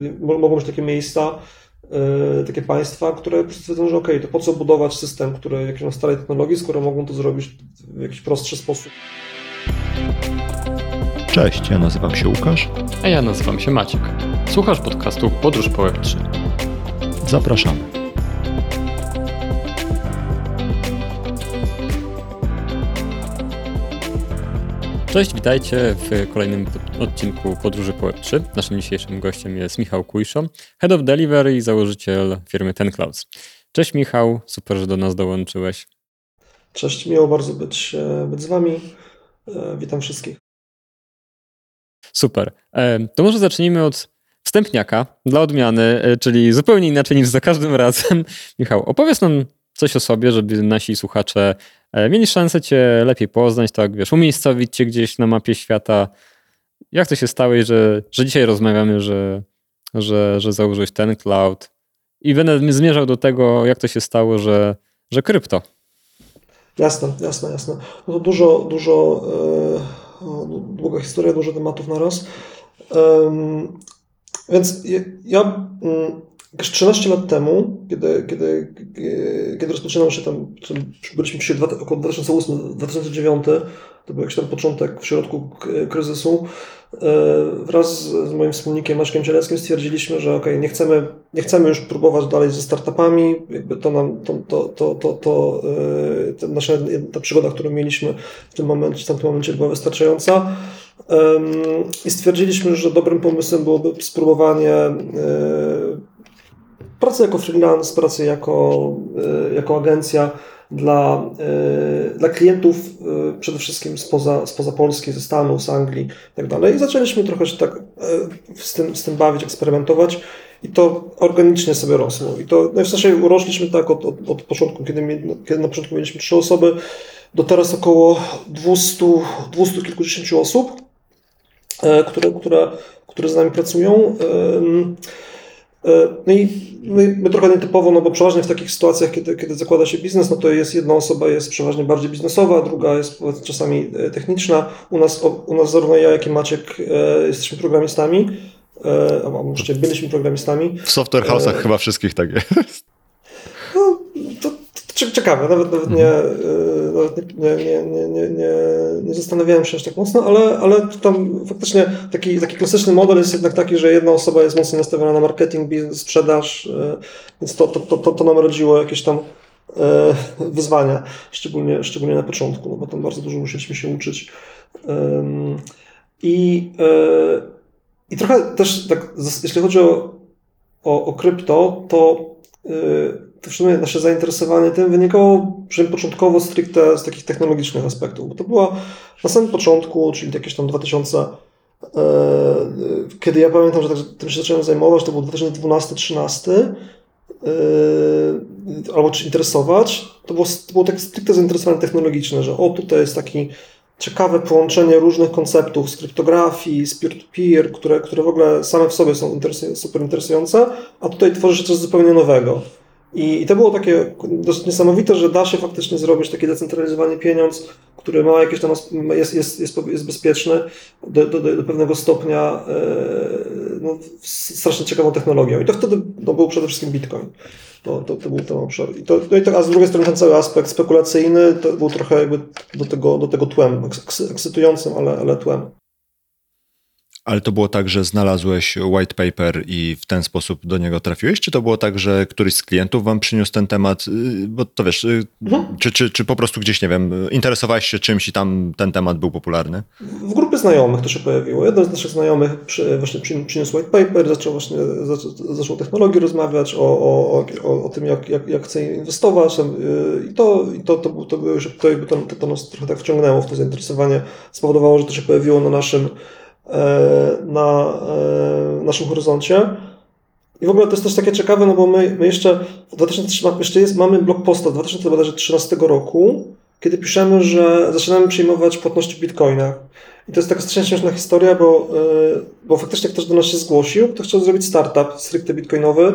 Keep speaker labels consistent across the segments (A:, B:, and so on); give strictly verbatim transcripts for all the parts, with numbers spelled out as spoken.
A: mogą być takie miejsca, takie państwa, które po prostu stwierdzą, że okej, okay, to po co budować system, który jakiejś na starej technologii, skoro mogą to zrobić w jakiś prostszy sposób.
B: Cześć, ja nazywam się Łukasz.
C: A ja nazywam się Maciek. Słuchasz podcastu Podróż po Web trzy.
B: Zapraszamy.
C: Cześć, witajcie w kolejnym odcinku Podróży po Web trzy. Naszym dzisiejszym gościem jest Michał Kujszo, Head of Delivery i założyciel firmy Ten Clouds. Cześć Michał, super, że do nas dołączyłeś.
A: Cześć, miło bardzo być, być z wami. Witam wszystkich.
C: Super. To może zacznijmy od wstępniaka dla odmiany, czyli zupełnie inaczej niż za każdym razem. Michał, opowiedz nam coś o sobie, żeby nasi słuchacze mieli szansę cię lepiej poznać, tak wiesz, umiejscowić cię gdzieś na mapie świata. Jak to się stało, że, że dzisiaj rozmawiamy, że, że, że założyłeś Ten Cloud i będę zmierzał do tego, jak to się stało, że, że krypto.
A: Jasne, jasne, jasne. No to dużo, dużo, e, długa historia, dużo tematów na raz. Um, więc ja, ja jakieś trzynaście lat temu, kiedy, kiedy, kiedy rozpoczynał się tam, byliśmy przy około dwa tysiące ósmy do dwa tysiące dziewiątego, to był jakiś tam początek w środku kryzysu, wraz z moim wspólnikiem Maćkiem Cieleckim stwierdziliśmy, że okej, okay, nie chcemy, nie chcemy już próbować dalej ze startupami, jakby to nam, to, to, to, to, to, to nasza, ta przygoda, którą mieliśmy w tym momencie, w tamtym momencie była wystarczająca. I stwierdziliśmy, że dobrym pomysłem byłoby spróbowanie pracy jako freelance, pracy jako, jako agencja dla, dla klientów przede wszystkim spoza, spoza Polski, ze Stanów, z Anglii i tak dalej. I zaczęliśmy trochę się tak z tym, z tym bawić, eksperymentować i to organicznie sobie rosło. I to no w sensie urośliśmy tak od, od, od początku, kiedy, kiedy na początku mieliśmy trzy osoby, do teraz około dwieście, dwieście kilkudziesięciu osób, które, które, które z nami pracują. No i my, my trochę nietypowo, no bo przeważnie w takich sytuacjach, kiedy, kiedy zakłada się biznes, no to jest jedna osoba jest przeważnie bardziej biznesowa, druga jest czasami techniczna. U nas, u nas zarówno ja, jak i Maciek e, jesteśmy programistami, e, a właściwie byliśmy programistami.
B: W software house'ach e, chyba wszystkich tak jest.
A: No, to, to ciekawe, nawet, nawet, nie, nawet nie, nie, nie, nie, nie, nie zastanawiałem się aż tak mocno, ale, ale tam faktycznie taki, taki klasyczny model jest jednak taki, że jedna osoba jest mocno nastawiona na marketing, biznes, sprzedaż, więc to, to, to, to nam rodziło jakieś tam wyzwania, szczególnie, szczególnie na początku, no bo tam bardzo dużo musieliśmy się uczyć. I, i trochę też tak, jeśli chodzi o, o, o krypto, to to w sumie nasze zainteresowanie tym wynikało przynajmniej początkowo stricte z takich technologicznych aspektów, bo to było na samym początku, czyli jakieś tam dwa tysiące, kiedy ja pamiętam, że tak, tym się zacząłem zajmować, to był dwa tysiące dwunasty trzynasty, albo czy interesować, to było, to było tak stricte zainteresowanie technologiczne, że o, tutaj jest taki ciekawe połączenie różnych konceptów z kryptografii, z peer-to-peer, które, które w ogóle same w sobie są interesują, super interesujące, a tutaj tworzy się coś zupełnie nowego. I, I to było takie dosyć niesamowite, że da się faktycznie zrobić taki decentralizowany pieniądz, który ma jakieś tam, jest, jest, jest, jest bezpieczny do, do, do pewnego stopnia, no, strasznie ciekawą technologią. I to wtedy no, był przede wszystkim Bitcoin. To, to, to był ten obszar. I to, no i to, a z drugiej strony ten cały aspekt spekulacyjny to był trochę jakby do tego, do tego tłem, ekscytującym, ale, ale tłem.
B: Ale to było tak, że znalazłeś white paper i w ten sposób do niego trafiłeś? Czy to było tak, że któryś z klientów wam przyniósł ten temat? Bo to wiesz, mhm. czy, czy, czy po prostu gdzieś, nie wiem, interesowałeś się czymś i tam ten temat był popularny?
A: W grupie znajomych to się pojawiło. Jeden z naszych znajomych przy, właśnie przyniósł white paper, zaczął właśnie zaczął o technologii rozmawiać, o, o, o, o tym, jak, jak, jak chce inwestować. I to, i to, to, to, to, było, że to, to, to, to nas trochę tak wciągnęło w to zainteresowanie. Spowodowało, że to się pojawiło na naszym na naszym horyzoncie. I w ogóle to jest też takie ciekawe, no bo my, my jeszcze w dwa tysiące trzynastym jeszcze jest, mamy blog posta w dwa tysiące trzynastego roku, kiedy piszemy, że zaczynamy przyjmować płatności w bitcoinach. I to jest taka strasznie śmieszna historia, bo, bo faktycznie ktoś do nas się zgłosił, kto chciał zrobić startup stricte bitcoinowy,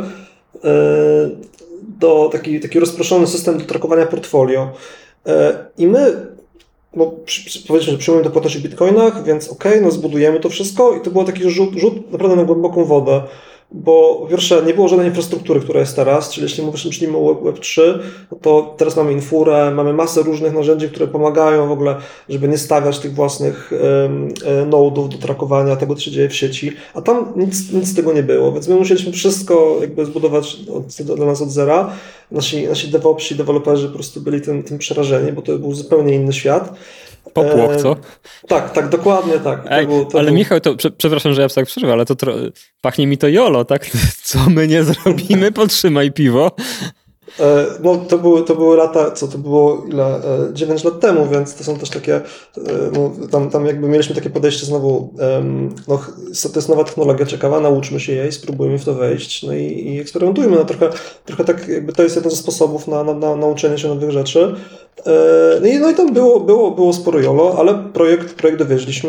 A: do taki, taki rozproszony system do trakowania portfolio. I my no, powiedzieliśmy, że przyjmujemy to płatności w bitcoinach, więc okej, okay, no zbudujemy to wszystko i to był taki rzut, rzut naprawdę na głęboką wodę, bo po pierwsze nie było żadnej infrastruktury, która jest teraz, czyli jeśli myślimy o Web trzy, no to teraz mamy Infurę, mamy masę różnych narzędzi, które pomagają w ogóle, żeby nie stawiać tych własnych um, nodów do trakowania tego, co się dzieje w sieci, a tam nic, nic z tego nie było, więc my musieliśmy wszystko jakby zbudować od, dla nas od zera. Nasi, nasi DevOpsi, deweloperzy po prostu byli tym, tym przerażeni, bo to był zupełnie inny świat.
C: Popłoch, co?
A: E, tak, tak, dokładnie tak. To
C: Ej,
A: był, to
C: ale
A: był...
C: Michał, to prze, przepraszam, że ja tak przerwę, ale to tro... pachnie mi to jolo, tak? Co my nie zrobimy? Podtrzymaj piwo.
A: E, no to były, to były lata, co to było ile? E, dziewięć lat temu, więc to są też takie, e, no, tam, tam jakby mieliśmy takie podejście znowu, um, no to jest nowa technologia ciekawa, nauczmy się jej, spróbujmy w to wejść, no i, i eksperymentujmy. No trochę, trochę tak jakby to jest jeden ze sposobów na, na, na nauczenie się nowych rzeczy. E, no, i, no i tam było, było, było sporo jolo, ale projekt, projekt dowieźliśmy.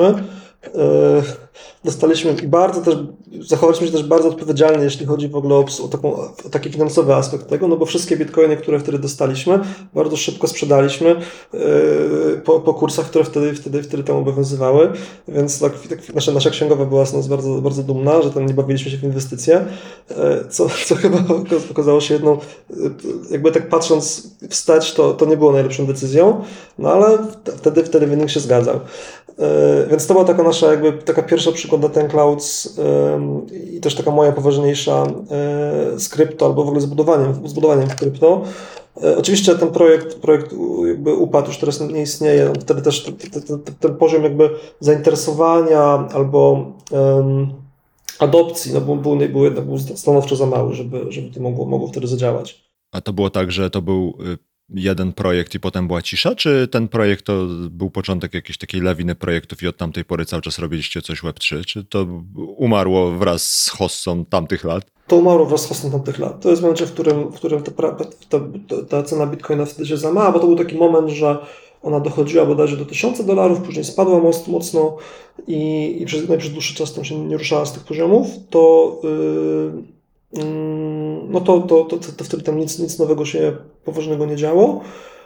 A: E, dostaliśmy i bardzo też, zachowaliśmy się też bardzo odpowiedzialnie, jeśli chodzi w ogóle o, o, taką, o taki finansowy aspekt tego, no bo wszystkie bitcoiny, które wtedy dostaliśmy, bardzo szybko sprzedaliśmy yy, po, po kursach, które wtedy, wtedy, wtedy tam obowiązywały, więc tak, tak, nasza, nasza księgowa była z nas bardzo, bardzo dumna, że tam nie bawiliśmy się w inwestycje, yy, co, co chyba okazało się jedną, yy, jakby tak patrząc wstecz, to, to nie było najlepszą decyzją, no ale wtedy, wtedy wynik się zgadzał. Yy, więc to była taka nasza jakby taka pierwsza przygoda ten Clouds yy, i też taka moja poważniejsza yy, z krypto albo w ogóle z budowaniem, z budowaniem w krypto. Yy, oczywiście ten projekt, projekt jakby upadł, już teraz nie istnieje, wtedy też ten, ten, ten poziom jakby zainteresowania albo yy, adopcji, no bo był, był jednak był stanowczo za mały, żeby, żeby to mogło, mogło wtedy zadziałać.
B: A to było tak, że to był jeden projekt i potem była cisza, czy ten projekt to był początek jakiejś takiej lawiny projektów i od tamtej pory cały czas robiliście coś Web trzy? Czy to umarło wraz z hossą tamtych lat?
A: To umarło wraz z hossą tamtych lat. To jest moment, w którym, w którym ta, ta, ta cena Bitcoina wtedy się zamała, bo to był taki moment, że ona dochodziła bodajże do tysiąca dolarów, później spadła mocno i, i przez, no, przez dłuższy czas tam się nie ruszała z tych poziomów, to yy, no to, to, to, to wtedy tam nic, nic nowego się poważnego nie działo.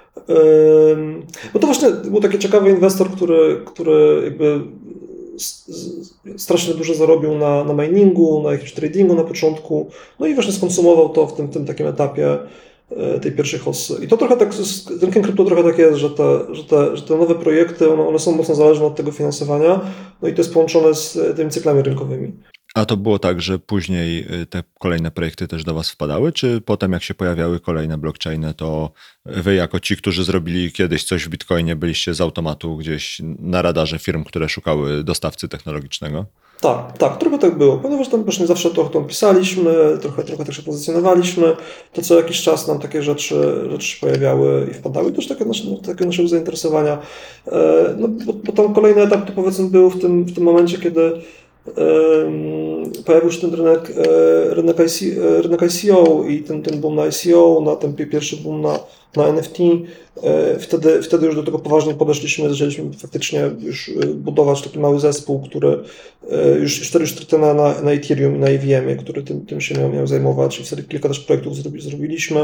A: Bo to właśnie był taki ciekawy inwestor, który, który jakby strasznie dużo zarobił na, na miningu, na jakimś tradingu na początku, no i właśnie skonsumował to w tym, tym takim etapie tej pierwszej hossy. I to trochę tak, z rynkiem krypto trochę tak jest, że te, że te, że te nowe projekty, one, one są mocno zależne od tego finansowania, no i to jest połączone z tymi cyklami rynkowymi.
B: A to było tak, że później te kolejne projekty też do was wpadały, czy potem jak się pojawiały kolejne blockchainy, to wy jako ci, którzy zrobili kiedyś coś w Bitcoinie, byliście z automatu gdzieś na radarze firm, które szukały dostawcy technologicznego?
A: Tak, tak, trochę tak było, ponieważ tam właśnie zawsze to, to pisaliśmy, trochę, trochę tak się pozycjonowaliśmy, to co jakiś czas nam takie rzeczy, rzeczy się pojawiały i wpadały, też takie nasze, takie nasze zainteresowania. No, bo, bo tam kolejny etap to powiedzmy był w tym, w tym momencie, kiedy pojawił się ten rynek, rynek, I C, rynek I C O i ten, ten boom na I C O, na ten pierwszy boom na, na N F T. Wtedy, wtedy już do tego poważnie podeszliśmy, zaczęliśmy faktycznie już budować taki mały zespół, który już, już wtedy już na, na, na Ethereum i na E V M-ie, który tym, tym się miał, miał zajmować i wtedy kilka też projektów zrobiliśmy.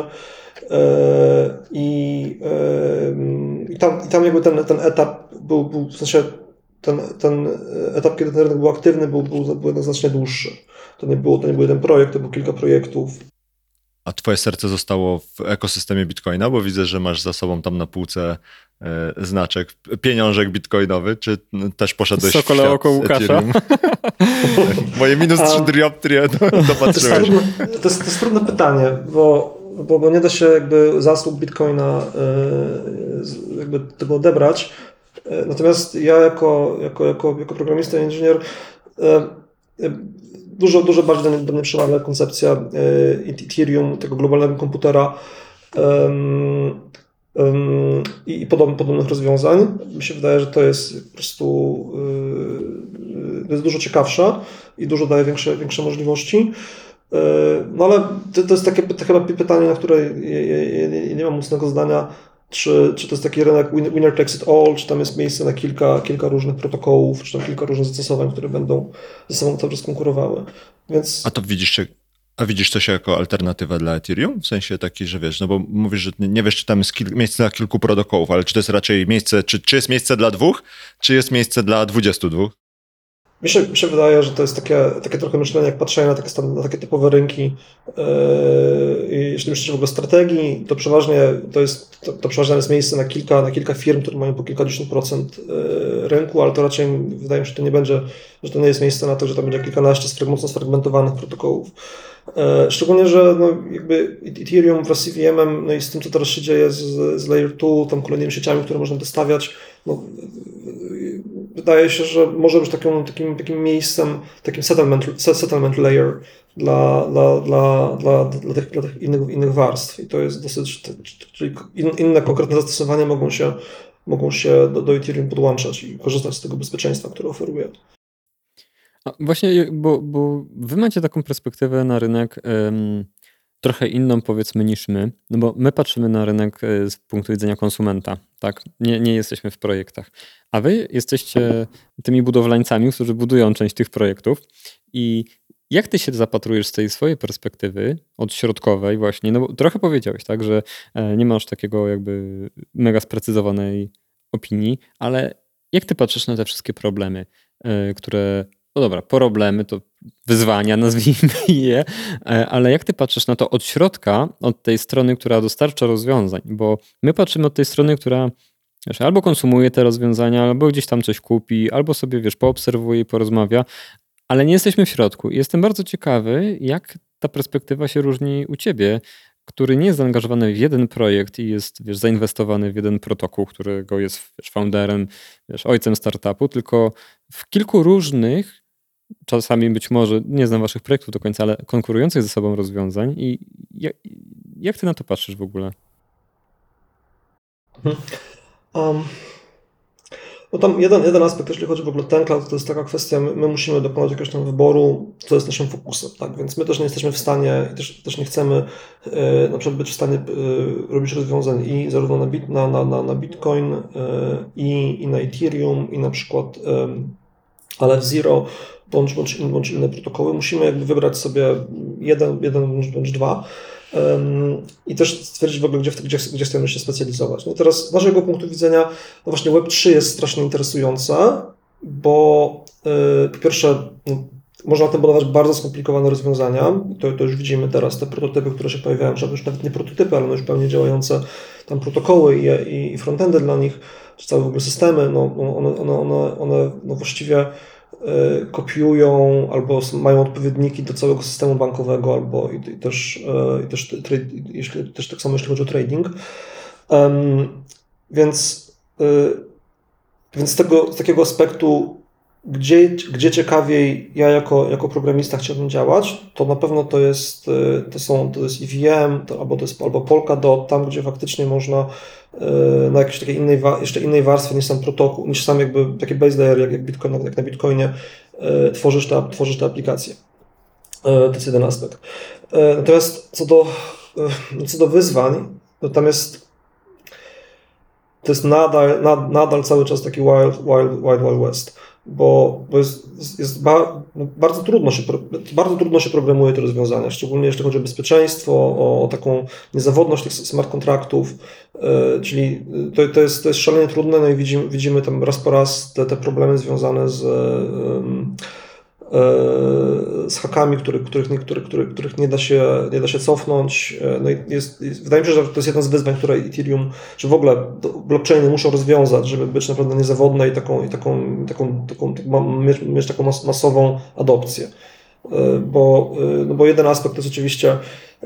A: I, i, tam, i tam jakby ten, ten etap był, był w sensie Ten, ten etap, kiedy ten rynek był aktywny, był, był, był jednak znacznie dłuższy. To nie, było, to nie był jeden projekt, to było kilka projektów.
B: A twoje serce zostało w ekosystemie Bitcoina, bo widzę, że masz za sobą tam na półce e, znaczek, pieniążek bitcoinowy, czy też poszedłeś
C: Sokole
B: w świat
C: oko Łukasza.
B: Ethereum? Moje minus trzy dioptrie dopatrzyłeś.
A: To jest, trudne, to, jest, to jest trudne pytanie, bo, bo, bo nie da się jakby zasług Bitcoina yy, jakby tego odebrać. Natomiast ja jako, jako, jako, jako programista i inżynier dużo, dużo bardziej do mnie przemawia koncepcja Ethereum, tego globalnego komputera um, um, i, i podobnych, podobnych rozwiązań. Mi się wydaje, że to jest po prostu yy, jest dużo ciekawsza i dużo daje większe, większe możliwości. Yy, no ale to, to jest takie chyba pytanie, na które ja, ja, ja nie mam mocnego zdania. Czy, czy to jest taki rynek winner takes it all, czy tam jest miejsce na kilka, kilka różnych protokołów, czy tam kilka różnych zastosowań, które będą ze sobą cały czas konkurowały. Więc...
B: A to widzisz się, a widzisz coś jako alternatywę dla Ethereum? W sensie taki, że wiesz, no bo mówisz, że nie wiesz, czy tam jest kil- miejsce dla kilku protokołów, ale czy to jest raczej miejsce, czy, czy jest miejsce dla dwóch, czy jest miejsce dla dwudziestu dwóch?
A: Mi się, mi się wydaje, że to jest takie, takie trochę myślenie, jak patrzenie na takie, stan- na takie typowe rynki. Yy, i jeśli myślisz w ogóle o strategii, to przeważnie to jest, to, to przeważnie jest miejsce na kilka, na kilka firm, które mają po kilkadziesiąt procent yy, rynku, ale to raczej wydaje mi się, że to nie będzie, że to nie jest miejsce na to, że tam będzie kilkanaście sfrag- mocno sfragmentowanych protokołów. Yy, szczególnie, że no, jakby Ethereum wraz z C V M-em, no i z tym, co teraz się dzieje z, z Layer dwa, tam kolejnymi sieciami, które można dostawiać, no, wydaje się, że może być takim, takim, takim miejscem, takim settlement, settlement layer dla, dla, dla, dla, dla, tych, dla tych innych, innych warstw. I to jest dosyć, czyli inne konkretne zastosowania mogą się, mogą się do, do Ethereum podłączać i korzystać z tego bezpieczeństwa, które oferuje.
C: A właśnie, bo, bo wy macie taką perspektywę na rynek um, trochę inną, powiedzmy, niż my, no bo my patrzymy na rynek z punktu widzenia konsumenta, tak? Nie, nie jesteśmy w projektach. A wy jesteście tymi budowlańcami, którzy budują część tych projektów. I jak ty się zapatrujesz z tej swojej perspektywy odśrodkowej właśnie? No bo trochę powiedziałeś, tak, że nie masz takiego jakby mega sprecyzowanej opinii, ale jak ty patrzysz na te wszystkie problemy, które, no dobra, problemy to wyzwania, nazwijmy je, ale jak ty patrzysz na to od środka, od tej strony, która dostarcza rozwiązań? Bo my patrzymy od tej strony, która wiesz, albo konsumuje te rozwiązania, albo gdzieś tam coś kupi, albo sobie, wiesz, poobserwuje i porozmawia, ale nie jesteśmy w środku. I jestem bardzo ciekawy, jak ta perspektywa się różni u ciebie, który nie jest zaangażowany w jeden projekt i jest, wiesz, zainwestowany w jeden protokół, którego jest, wiesz, founderem, wiesz, ojcem startupu, tylko w kilku różnych, czasami być może, nie znam waszych projektów do końca, ale konkurujących ze sobą rozwiązań. I jak, jak ty na to patrzysz w ogóle?
A: Mhm. Um, no tam jeden, jeden aspekt, jeśli chodzi w ogóle o ten cloud, to jest taka kwestia, my, my musimy dokonać jakiegoś tam wyboru, co jest naszym fokusem, tak? Więc my też nie jesteśmy w stanie, też, też nie chcemy e, na przykład być w stanie e, robić rozwiązań i zarówno na, bit, na, na, na, na Bitcoin e, i, i na Ethereum i na przykład e, ale w Zero bądź, bądź, bądź inne protokoły. Musimy jakby wybrać sobie jeden, jeden bądź, bądź dwa um, i też stwierdzić w ogóle, gdzie, gdzie, gdzie chcemy się specjalizować. No i teraz z naszego punktu widzenia no właśnie Web trzy jest strasznie interesujące, bo yy, po pierwsze no, można na tym budować bardzo skomplikowane rozwiązania. To, to już widzimy teraz, te prototypy, które się pojawiają, czy już nawet nie prototypy, ale już pełnie działające tam protokoły i, i, i frontendy dla nich, czy całe w ogóle systemy, no, one, one, one, one no właściwie y, kopiują albo mają odpowiedniki do całego systemu bankowego, albo i, i też, y, i też, trade, jeśli, też tak samo jeśli chodzi o trading. Um, więc y, więc z, tego, z takiego aspektu Gdzie, gdzie ciekawiej ja jako, jako programista chciałbym działać, to na pewno to jest, to są, to jest E V M, to, albo to jest albo Polkadot, tam gdzie faktycznie można na jakiejś takiej innej, jeszcze innej warstwie niż sam protokół, niż sam jakby taki base layer, jak, jak, Bitcoin, jak na Bitcoinie tworzysz te, tworzysz te aplikacje. To jest jeden aspekt. Natomiast co do, co do wyzwań, to tam jest to jest nadal, nad, nadal cały czas taki wild, wild, wild, wild west. Bo, bo jest, jest ba, no bardzo, trudno się, bardzo trudno się programuje te rozwiązania, szczególnie jeśli chodzi o bezpieczeństwo, o, o taką niezawodność tych smart kontraktów, yy, czyli to, to, jest, to jest szalenie trudne, no i widzimy, widzimy tam raz po raz te, te problemy związane z, yy, yy, z hakami, których, których, nie, których, których, których nie, da się, nie da się cofnąć. No i jest, jest, wydaje mi się, że to jest jedno z wyzwań, które Ethereum, czy w ogóle blockchainy muszą rozwiązać, żeby być naprawdę niezawodne i taką, i taką, taką, taką, taką mieć, mieć taką mas, masową adopcję. Bo, no bo jeden aspekt to jest oczywiście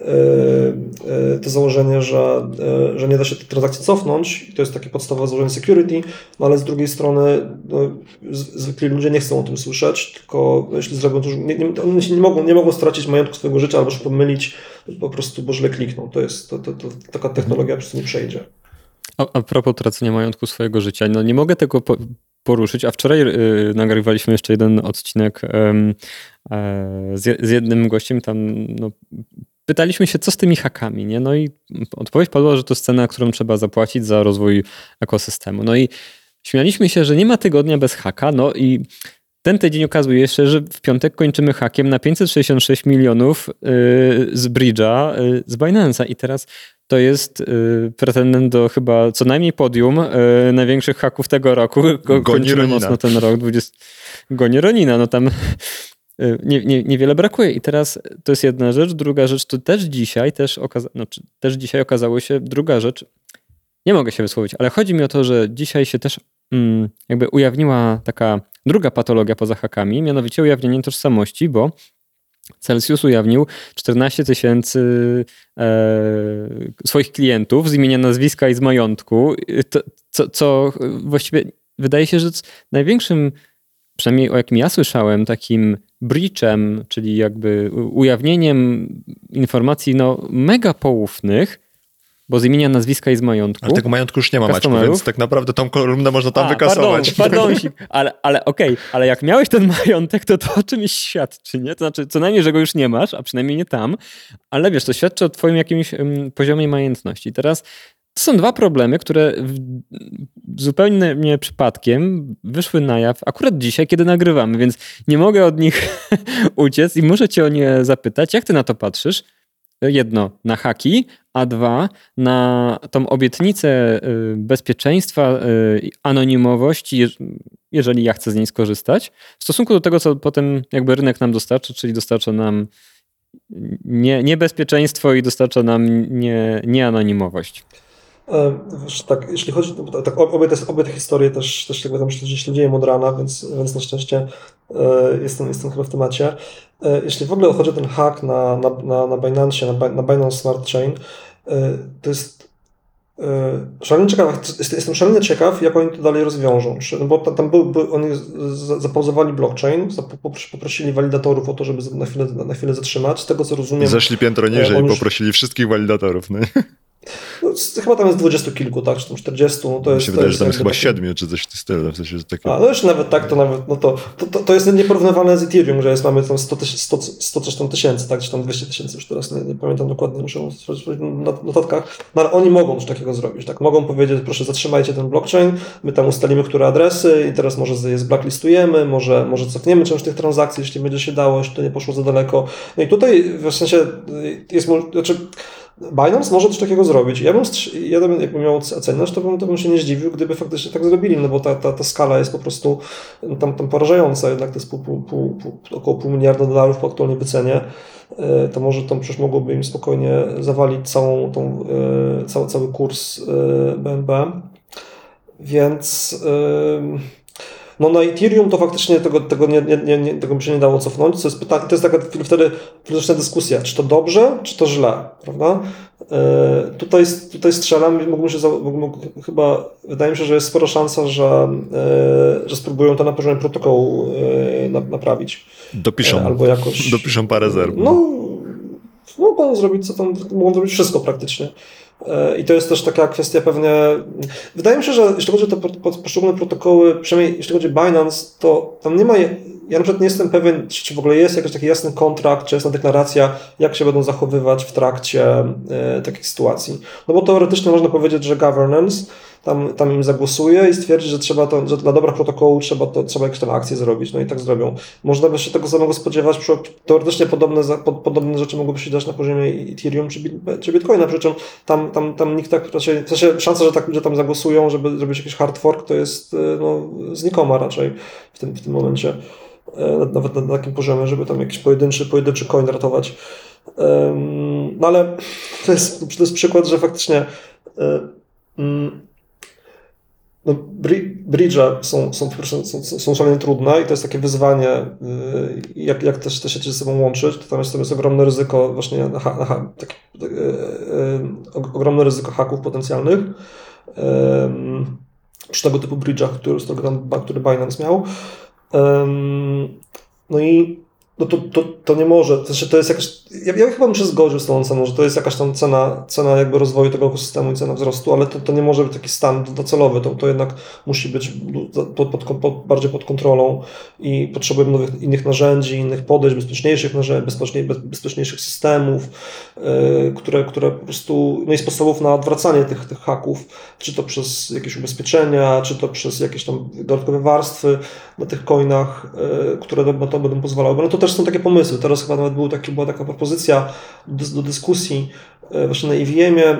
A: to założenie, że, że nie da się tej transakcji cofnąć i to jest takie podstawowe założenie security, no ale z drugiej strony no, zwykli ludzie nie chcą o tym słyszeć, tylko jeśli zrobią to, nie, nie, oni nie mogą, nie mogą stracić majątku swojego życia albo się pomylić, po prostu bo źle klikną. To jest, to, to, to, taka technologia po prostu nie przejdzie.
C: A, a propos tracenia majątku swojego życia, no nie mogę tego po, poruszyć, a wczoraj y, nagrywaliśmy jeszcze jeden odcinek y, y, z, z jednym gościem, tam no, pytaliśmy się, co z tymi hakami, nie? No i odpowiedź padła, że to jest cena, którą trzeba zapłacić za rozwój ekosystemu. No i śmialiśmy się, że nie ma tygodnia bez haka, no i ten tydzień okazuje się, że w piątek kończymy hakiem na pięćset sześćdziesiąt sześć milionów yy, z Bridge'a, yy, z Binance'a i teraz to jest yy, pretendent do chyba co najmniej podium yy, największych haków tego roku. Go,
B: Goni Ronina.
C: Mocno ten rok. dwudziesty Goni Ronina, no tam yy, nie, nie, niewiele brakuje. I teraz to jest jedna rzecz. Druga rzecz to też dzisiaj, też, okaza- no, też dzisiaj okazało się, druga rzecz, nie mogę się wysłowić, ale chodzi mi o to, że dzisiaj się też mm, jakby ujawniła taka druga patologia poza hakami, mianowicie ujawnienie tożsamości, bo Celsius ujawnił czternaście tysięcy e, swoich klientów z imienia, nazwiska i z majątku, to, co, co właściwie wydaje się, że największym, przynajmniej o jakim ja słyszałem, takim breachem, czyli jakby ujawnieniem informacji no, mega poufnych, bo z imienia, nazwiska i z majątku.
B: Ale tego majątku już nie ma, Maćku, więc tak naprawdę tą kolumnę można tam
C: A,
B: wykasować.
C: Pardon, pardonsik, ale, ale okej, okay. ale jak miałeś ten majątek, to to o czymś świadczy, nie? To znaczy, co najmniej, że go już nie masz, a przynajmniej nie tam, ale wiesz, to świadczy o twoim jakimś um, poziomie majętności. Teraz to są dwa problemy, które w, zupełnie nie przypadkiem wyszły na jaw akurat dzisiaj, kiedy nagrywamy, więc nie mogę od nich uciec i muszę cię o nie zapytać. Jak ty na to patrzysz? Jedno, na haki, a dwa, na tą obietnicę bezpieczeństwa, anonimowości, jeżeli ja chcę z niej skorzystać, w stosunku do tego, co potem jakby rynek nam dostarcza, czyli dostarcza nam nie, niebezpieczeństwo i dostarcza nam nie, nieanonimowość.
A: Wiesz, tak, jeśli chodzi, tak, obie, te, obie te historie też, też jakby tam śledziłem od rana, więc, więc na szczęście e, jestem, jestem chyba w temacie. E, jeśli w ogóle chodzi o ten hack na, na, na, na Binance, na, na Binance Smart Chain, e, to jest e, szalenie ciekaw, jestem szalenie ciekaw, jak oni to dalej rozwiążą. No bo tam, tam był, był, oni zapauzowali blockchain, poprosili walidatorów o to, żeby na chwilę, na chwilę zatrzymać. Z tego co rozumiem...
B: Zeszli piętro niżej i
A: już...
B: poprosili wszystkich walidatorów. No.
A: No, chyba tam jest dwudziestu kilku, tak, czy tam czterdziestu. No to
B: Mi
A: jest,
B: się
A: to
B: wydaje,
A: jest
B: że tam jest chyba
A: taki...
B: siedmiu, czy coś w tym stylu. W sensie, że takie...
A: A, no już nawet tak, to nawet, no to, to, to, to jest nieporównywalne z Ethereum, że jest, mamy tam sto, sto, sto coś tam tysięcy, tak, czy tam dwieście tysięcy, już teraz nie, nie pamiętam dokładnie, muszę sprawdzić na notatkach, no ale oni mogą coś takiego zrobić, tak, mogą powiedzieć, proszę zatrzymajcie ten blockchain, my tam ustalimy, które adresy i teraz może je zblacklistujemy, może, może cofniemy część tych transakcji, jeśli będzie się dało, jeśli to nie poszło za daleko. No i tutaj w sensie jest, znaczy Binance może coś takiego zrobić. Ja bym, ja bym jakby miał oceniać, to bym, to bym się nie zdziwił, gdyby faktycznie tak zrobili, no bo ta, ta, ta skala jest po prostu tam, tam porażająca, jednak to jest pół, pół, pół, pół, około pół miliarda dolarów po aktualnej wycenie. To może tam przecież mogłoby im spokojnie zawalić całą tą, cały, cały kurs B N B. Więc no na Ethereum to faktycznie tego, tego, nie, nie, nie, tego by się nie dało cofnąć. To jest, pytanie, to jest taka wtedy filozofyczna dyskusja, czy to dobrze, czy to źle, prawda? Yy, tutaj, tutaj strzelam, mógłbym się, mógłbym, chyba wydaje mi się, że jest spora szansa, że, yy, że spróbują to na poziomie protokołu yy, naprawić.
B: Dopiszą,
A: yy, albo jakoś,
B: dopiszą parę rezerw.
A: No, mogą zrobić co tam, mogą zrobić wszystko praktycznie. I to jest też taka kwestia pewnie... Wydaje mi się, że jeśli chodzi o te poszczególne protokoły, przynajmniej jeśli chodzi o Binance, to tam nie ma... Ja na przykład nie jestem pewien, czy w ogóle jest jakiś taki jasny kontrakt, czy jasna deklaracja, jak się będą zachowywać w trakcie e, takich sytuacji. No bo teoretycznie można powiedzieć, że governance tam, tam im zagłosuje i stwierdzi, że trzeba to, że dla dobra protokołu trzeba, to, trzeba jakieś tam akcje zrobić, no i tak zrobią. Można by się tego samego spodziewać, teoretycznie podobne, podobne rzeczy mogłyby się dać na poziomie Ethereum czy, czy Bitcoina, przy czym tam, tam, tam nikt tak, raczej, w sensie szansa, że tak ludzie tam zagłosują, żeby zrobić jakiś hard fork, to jest no, znikoma raczej w tym, w tym momencie. Nawet na takim poziomie, żeby tam jakiś pojedynczy, pojedynczy coin ratować. No ale to jest, to jest przykład, że faktycznie no, bridge'e są, są, są, są szalenie trudne i to jest takie wyzwanie, jak, jak też te sieci ze sobą łączyć. To tam jest, tam jest ogromne ryzyko właśnie, na, na, na, takie, ogromne ryzyko haków potencjalnych przy tego typu bridge'ach, który, który Binance miał. No i no to, to, to nie może, to, znaczy to jest jakaś, ja, ja chyba bym się zgodził z tą ceną, że to jest jakaś tam cena, cena jakby rozwoju tego ekosystemu i cena wzrostu, ale to, to nie może być taki stan docelowy, to, to jednak musi być pod, pod, pod, bardziej pod kontrolą i potrzebujemy nowych, innych narzędzi, innych podejść, bezpieczniejszych narzędzi, bezpieczniej, bez, bezpieczniejszych systemów, yy, które, które po prostu, no i sposobów na odwracanie tych, tych haków, czy to przez jakieś ubezpieczenia, czy to przez jakieś tam dodatkowe warstwy. na tych coinach, które na to będą pozwalały. Bo no to też są takie pomysły. Teraz chyba nawet był taki, była taka propozycja do, do dyskusji właśnie na E V M-ie,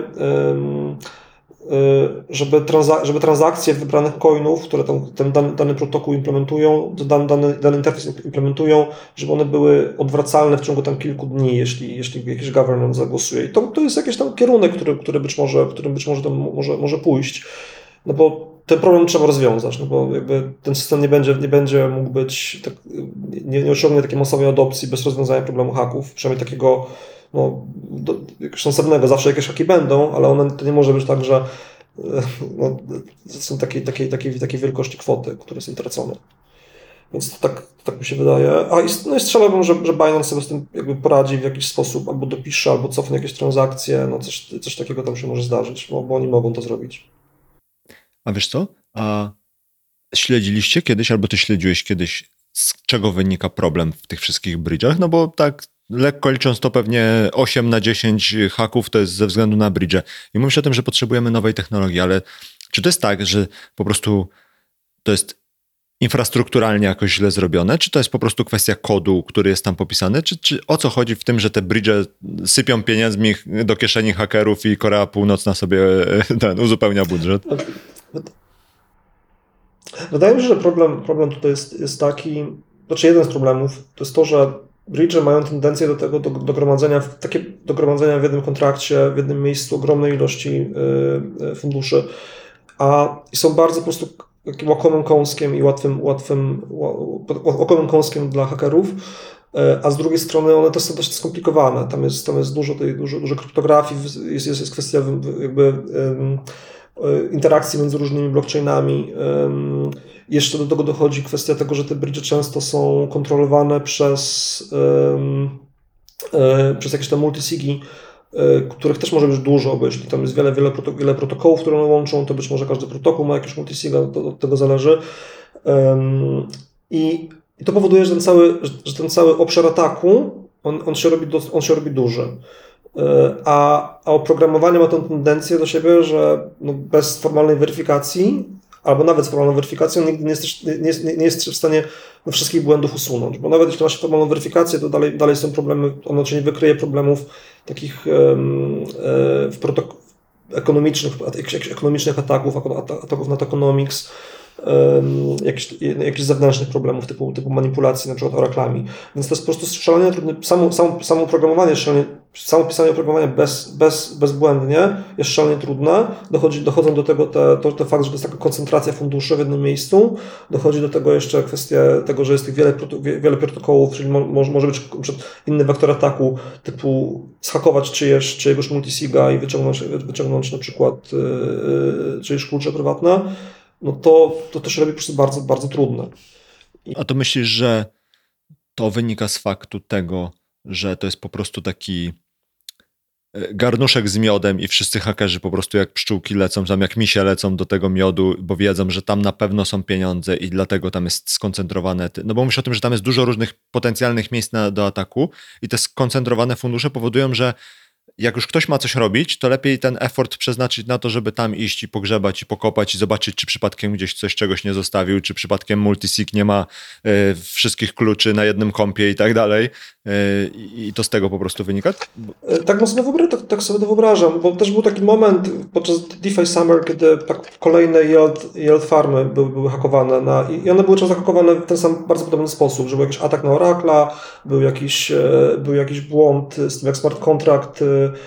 A: żeby, transa- żeby transakcje wybranych coinów, które tam, ten dany, dany protokół implementują, dany, dany, dany interfejs implementują, żeby one były odwracalne w ciągu tam kilku dni, jeśli, jeśli jakiś government zagłosuje. I to, to jest jakiś tam kierunek, który, który być może, którym być może tam może, może pójść. No bo ten problem trzeba rozwiązać, no bo jakby ten system nie będzie, nie będzie mógł być, tak, nie, nie osiągnie takiej masowej adopcji bez rozwiązania problemu haków, przynajmniej takiego no, do, sensownego, zawsze jakieś haki będą, ale one, to nie może być tak, że no, są takiej, takiej, takiej, takiej wielkości kwoty, które są tracone. Więc to tak, tak mi się wydaje. A i, no i strzelałbym, że, że Binance sobie z tym jakby poradzi w jakiś sposób, albo dopisze, albo cofnie jakieś transakcje, no coś, coś takiego tam się może zdarzyć, bo, bo oni mogą to zrobić.
B: A wiesz co? A śledziliście kiedyś, albo ty śledziłeś kiedyś, z czego wynika problem w tych wszystkich bridge'ach? No bo tak lekko licząc to pewnie osiem na dziesięć haków to jest ze względu na bridge'e. I mówisz o tym, że potrzebujemy nowej technologii, ale czy to jest tak, że po prostu to jest infrastrukturalnie jakoś źle zrobione, czy to jest po prostu kwestia kodu, który jest tam popisany, czy, czy o co chodzi w tym, że te bridge'e sypią pieniędzmi do kieszeni hakerów i Korea Północna sobie ten, uzupełnia budżet?
A: Wydaje mi się, że problem, problem tutaj jest, jest taki, znaczy jeden z problemów, to jest to, że bridge'e mają tendencję do tego, do, do, gromadzenia, takie, do gromadzenia w jednym kontrakcie, w jednym miejscu ogromnej ilości y, funduszy, a są bardzo po prostu takim łakomym kąskiem i łatwym, łatwym łakomym kąskiem dla hakerów, a z drugiej strony one też są dość skomplikowane. Tam jest, tam jest dużo, tej, dużo, dużo kryptografii, jest, jest, jest kwestia jakby um, interakcji między różnymi blockchainami. Um, jeszcze do tego dochodzi kwestia tego, że te bridge często są kontrolowane przez, um, um, przez jakieś tam multisigi, których też może być dużo, bo jeśli tam jest wiele, wiele, proto- wiele protokołów, które one łączą, to być może każdy protokół ma jakieś multisiga, to od tego zależy. Um, i, I to powoduje, że ten cały, że ten cały obszar ataku, on, on, się, robi do, on się robi duży. A, a oprogramowanie ma tę tendencję do siebie, że no bez formalnej weryfikacji, albo nawet z formalną weryfikacją, nigdy nie jest, nie jest, nie jest w stanie wszystkich błędów usunąć, bo nawet jeśli masz formalną weryfikację, to dalej, dalej są problemy, ono ci nie wykryje problemów takich um, w protok- ekonomicznych, jakichś ekonomicznych ataków, ataków na tokenomics, um, jakichś, jakichś zewnętrznych problemów typu, typu manipulacji, na przykład oraklami. Więc to jest po prostu szalenie trudne, samo, samo, samo programowanie, szalenie, samo pisanie oprogramowania bez, bez, bezbłędnie jest szalenie trudne. Dochodzi, dochodzą do tego te, to, to fakt, że to jest taka koncentracja funduszy w jednym miejscu. Dochodzi do tego jeszcze kwestia tego, że jest tych wiele, wiele protokołów, czyli może, może być inny wektor ataku, typu zhakować czyjeś, czyjegoś multisiga i wyciągnąć, wyciągnąć na przykład yy, czyjeś klucze prywatne. No to, to też robi po prostu bardzo, bardzo trudne. I...
B: A to myślisz, że to wynika z faktu tego, że to jest po prostu taki garnuszek z miodem i wszyscy hakerzy po prostu jak pszczółki lecą, tam jak misie lecą do tego miodu, bo wiedzą, że tam na pewno są pieniądze i dlatego tam jest skoncentrowane, no bo mówisz o tym, że tam jest dużo różnych potencjalnych miejsc na, do ataku i te skoncentrowane fundusze powodują, że jak już ktoś ma coś robić, to lepiej ten effort przeznaczyć na to, żeby tam iść i pogrzebać i pokopać i zobaczyć, czy przypadkiem gdzieś coś czegoś nie zostawił, czy przypadkiem multisig nie ma y, wszystkich kluczy na jednym kompie i tak dalej. Y, I to z tego po prostu wynika?
A: Tak, no sobie wyobrażam, tak, tak sobie to wyobrażam, bo też był taki moment podczas DeFi Summer, kiedy tak kolejne yield, yield farmy były, były hakowane na, i one były często hakowane w ten sam bardzo podobny sposób, że był jakiś atak na Oracla, był jakiś, był jakiś błąd z tym, jak smart contract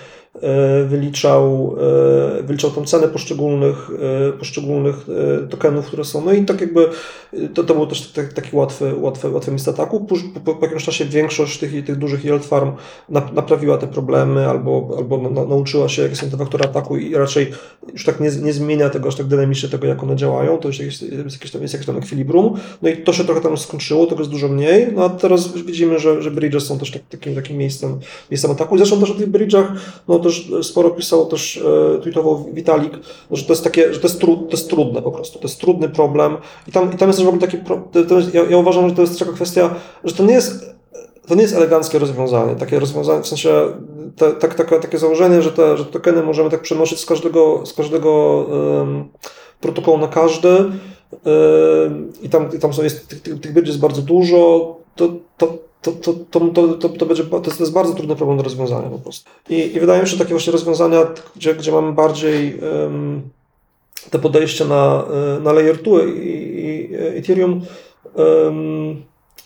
A: wyliczał, wyliczał tam ceny poszczególnych, poszczególnych tokenów, które są. No i tak jakby to, to był też taki łatwy, łatwy, łatwy miejsce ataku. Po, po, po jakimś czasie większość tych, tych dużych yield farm naprawiła te problemy albo, albo na, nauczyła się, jakie są te wektory ataku i raczej już tak nie, nie zmienia tego aż tak dynamicznie tego, jak one działają. To już jest, jest, jakieś, tam, jest jakieś tam ekwilibrum. No i to się trochę tam skończyło, tego jest dużo mniej. No a teraz widzimy, że, że bridges są też tak, takim, takim miejscem, miejscem ataku. I zresztą też o tych bridge'ach no też sporo pisał, też e, tweetował Vitalik, że to jest takie, że to jest, tru, to jest trudne po prostu, to jest trudny problem i tam, i tam jest też w ogóle taki, pro, to jest, ja, ja uważam, że to jest taka kwestia, że to nie jest, to nie jest eleganckie rozwiązanie, takie rozwiązanie, w sensie te, tak, takie, takie założenie, że te, że te tokeny możemy tak przenosić z każdego, z każdego um, protokołu na każdy, i tam, i tam są, jest, tych, tych, tych bridge jest bardzo dużo, to, to, to, to, to, to, to, będzie, to, jest, to jest bardzo trudny problem do rozwiązania po prostu. I, i wydaje mi się, że takie właśnie rozwiązania, gdzie, gdzie mamy bardziej um, te podejście na, na layer dwa i, i Ethereum um,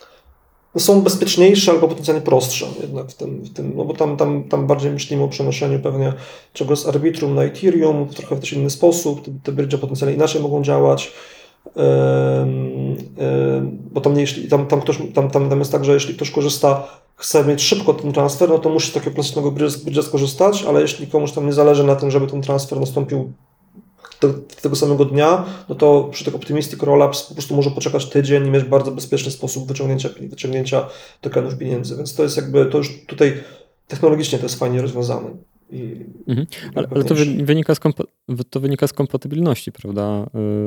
A: są bezpieczniejsze albo potencjalnie prostsze jednak w tym, w tym no bo tam, tam, tam bardziej myślimy o przenoszeniu pewnie czegoś z Arbitrum na Ethereum, w trochę w też inny sposób, te, te bridge potencjalnie inaczej mogą działać, um, um, bo tam, nie, jeśli, tam, tam, ktoś, tam, tam, tam jest tak, że jeśli ktoś korzysta, chce mieć szybko ten transfer, no to musi z takiego klasycznego bridge'a skorzystać, ale jeśli komuś tam nie zależy na tym, żeby ten transfer nastąpił do tego samego dnia, no to przy tych Optimistic Rollups po prostu może poczekać tydzień i mieć bardzo bezpieczny sposób wyciągnięcia, wyciągnięcia tokenów pieniędzy, więc to jest jakby, to już tutaj technologicznie to jest fajnie rozwiązane. I
C: mhm. Ale, ale to, wynika z kompa- to wynika z kompatybilności, prawda,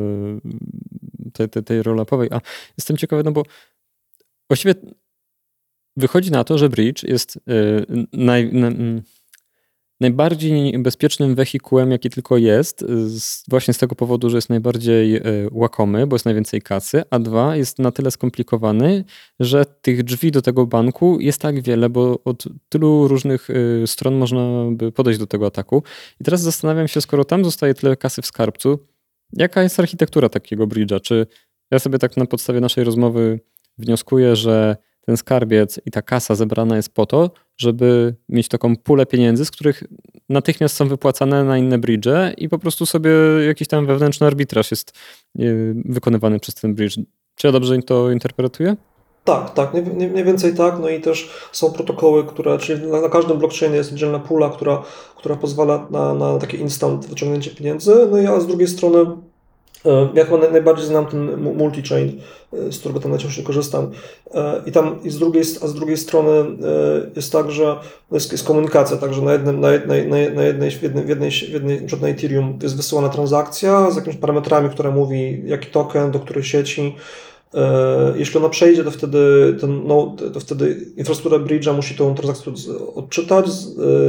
C: tej, tej, tej rollupowej. A jestem ciekawy, no bo właściwie wychodzi na to, że bridge jest naj, naj, najbardziej bezpiecznym wehikułem, jaki tylko jest, z, właśnie z tego powodu, że jest najbardziej y, łakomy, bo jest najwięcej kasy, a dwa, jest na tyle skomplikowany, że tych drzwi do tego banku jest tak wiele, bo od tylu różnych y, stron można by podejść do tego ataku. I teraz zastanawiam się, skoro tam zostaje tyle kasy w skarbcu, jaka jest architektura takiego bridge'a? Czy ja sobie tak na podstawie naszej rozmowy wnioskuję, że ten skarbiec i ta kasa zebrana jest po to, żeby mieć taką pulę pieniędzy, z których natychmiast są wypłacane na inne bridge'e i po prostu sobie jakiś tam wewnętrzny arbitraż jest wykonywany przez ten bridge. Czy ja dobrze to interpretuję?
A: Tak, tak, mniej więcej tak. No i też są protokoły, które, czyli na, na każdym blockchainie jest oddzielna pula, która, która pozwala na, na takie instant wyciągnięcie pieniędzy. No i a z drugiej strony ja chyba najbardziej znam ten multi-chain, z którego tam najczęściej korzystam. I tam i z drugiej, a z drugiej strony jest tak, że jest, jest komunikacja, także na jednym, na jednej, na jednej, w jednej, w jednej, w jednej, na przykład na Ethereum jest wysyłana transakcja z jakimiś parametrami, które mówi, jaki token, do której sieci. Jeśli ona przejdzie, to wtedy, ten, no, to wtedy infrastruktura bridge'a musi tą transakcję odczytać z,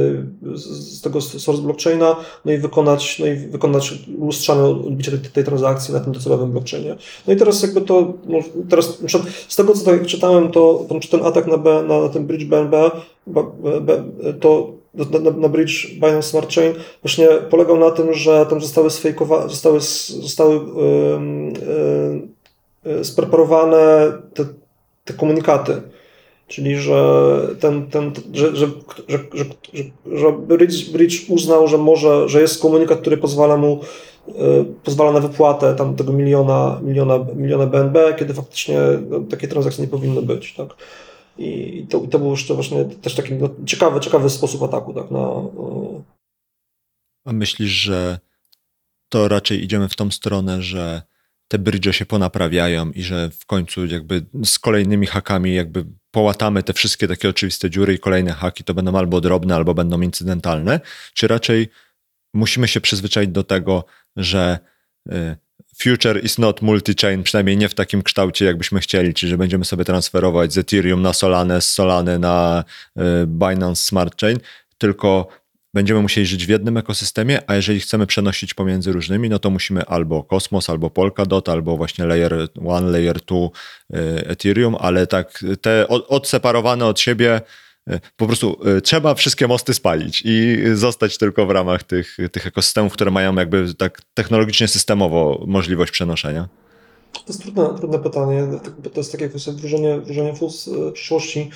A: z tego source blockchaina, no i wykonać, no i wykonać lustrzane odbicie tej, tej transakcji na tym docelowym blockchainie. No i teraz jakby to, no, teraz z tego, co tutaj czytałem, to ten atak na, B, na ten bridge B N B, to na, na, na bridge Binance Smart Chain właśnie polegał na tym, że tam zostały sfejkowane, zostały, zostały yy, yy, spreparowane te, te komunikaty, czyli że ten, ten, że, że, że, że, że, że Bridge, Bridge uznał, że może, że jest komunikat, który pozwala mu pozwala na wypłatę tam tego miliona, miliona, miliona B N B, kiedy faktycznie no, takie transakcje nie powinny być, tak? I to, i to był jeszcze właśnie też taki no, ciekawy, ciekawy sposób ataku, tak? Na,
B: A myślisz, że to raczej idziemy w tą stronę, że te bridge się ponaprawiają i że w końcu jakby z kolejnymi hakami jakby połatamy te wszystkie takie oczywiste dziury i kolejne haki to będą albo drobne, albo będą incydentalne, czy raczej musimy się przyzwyczaić do tego, że future is not multi-chain, przynajmniej nie w takim kształcie, jakbyśmy chcieli, czyli że będziemy sobie transferować z Ethereum na Solanę, z Solany na Binance Smart Chain, tylko będziemy musieli żyć w jednym ekosystemie, a jeżeli chcemy przenosić pomiędzy różnymi, no to musimy albo Cosmos, albo Polkadot, albo właśnie Layer jeden, Layer dwa Ethereum, ale tak te odseparowane od siebie po prostu trzeba wszystkie mosty spalić i zostać tylko w ramach tych, tych ekosystemów, które mają jakby tak technologicznie, systemowo możliwość przenoszenia.
A: To jest trudne, trudne pytanie. To jest takie wróżenie, wróżenie fus przyszłości.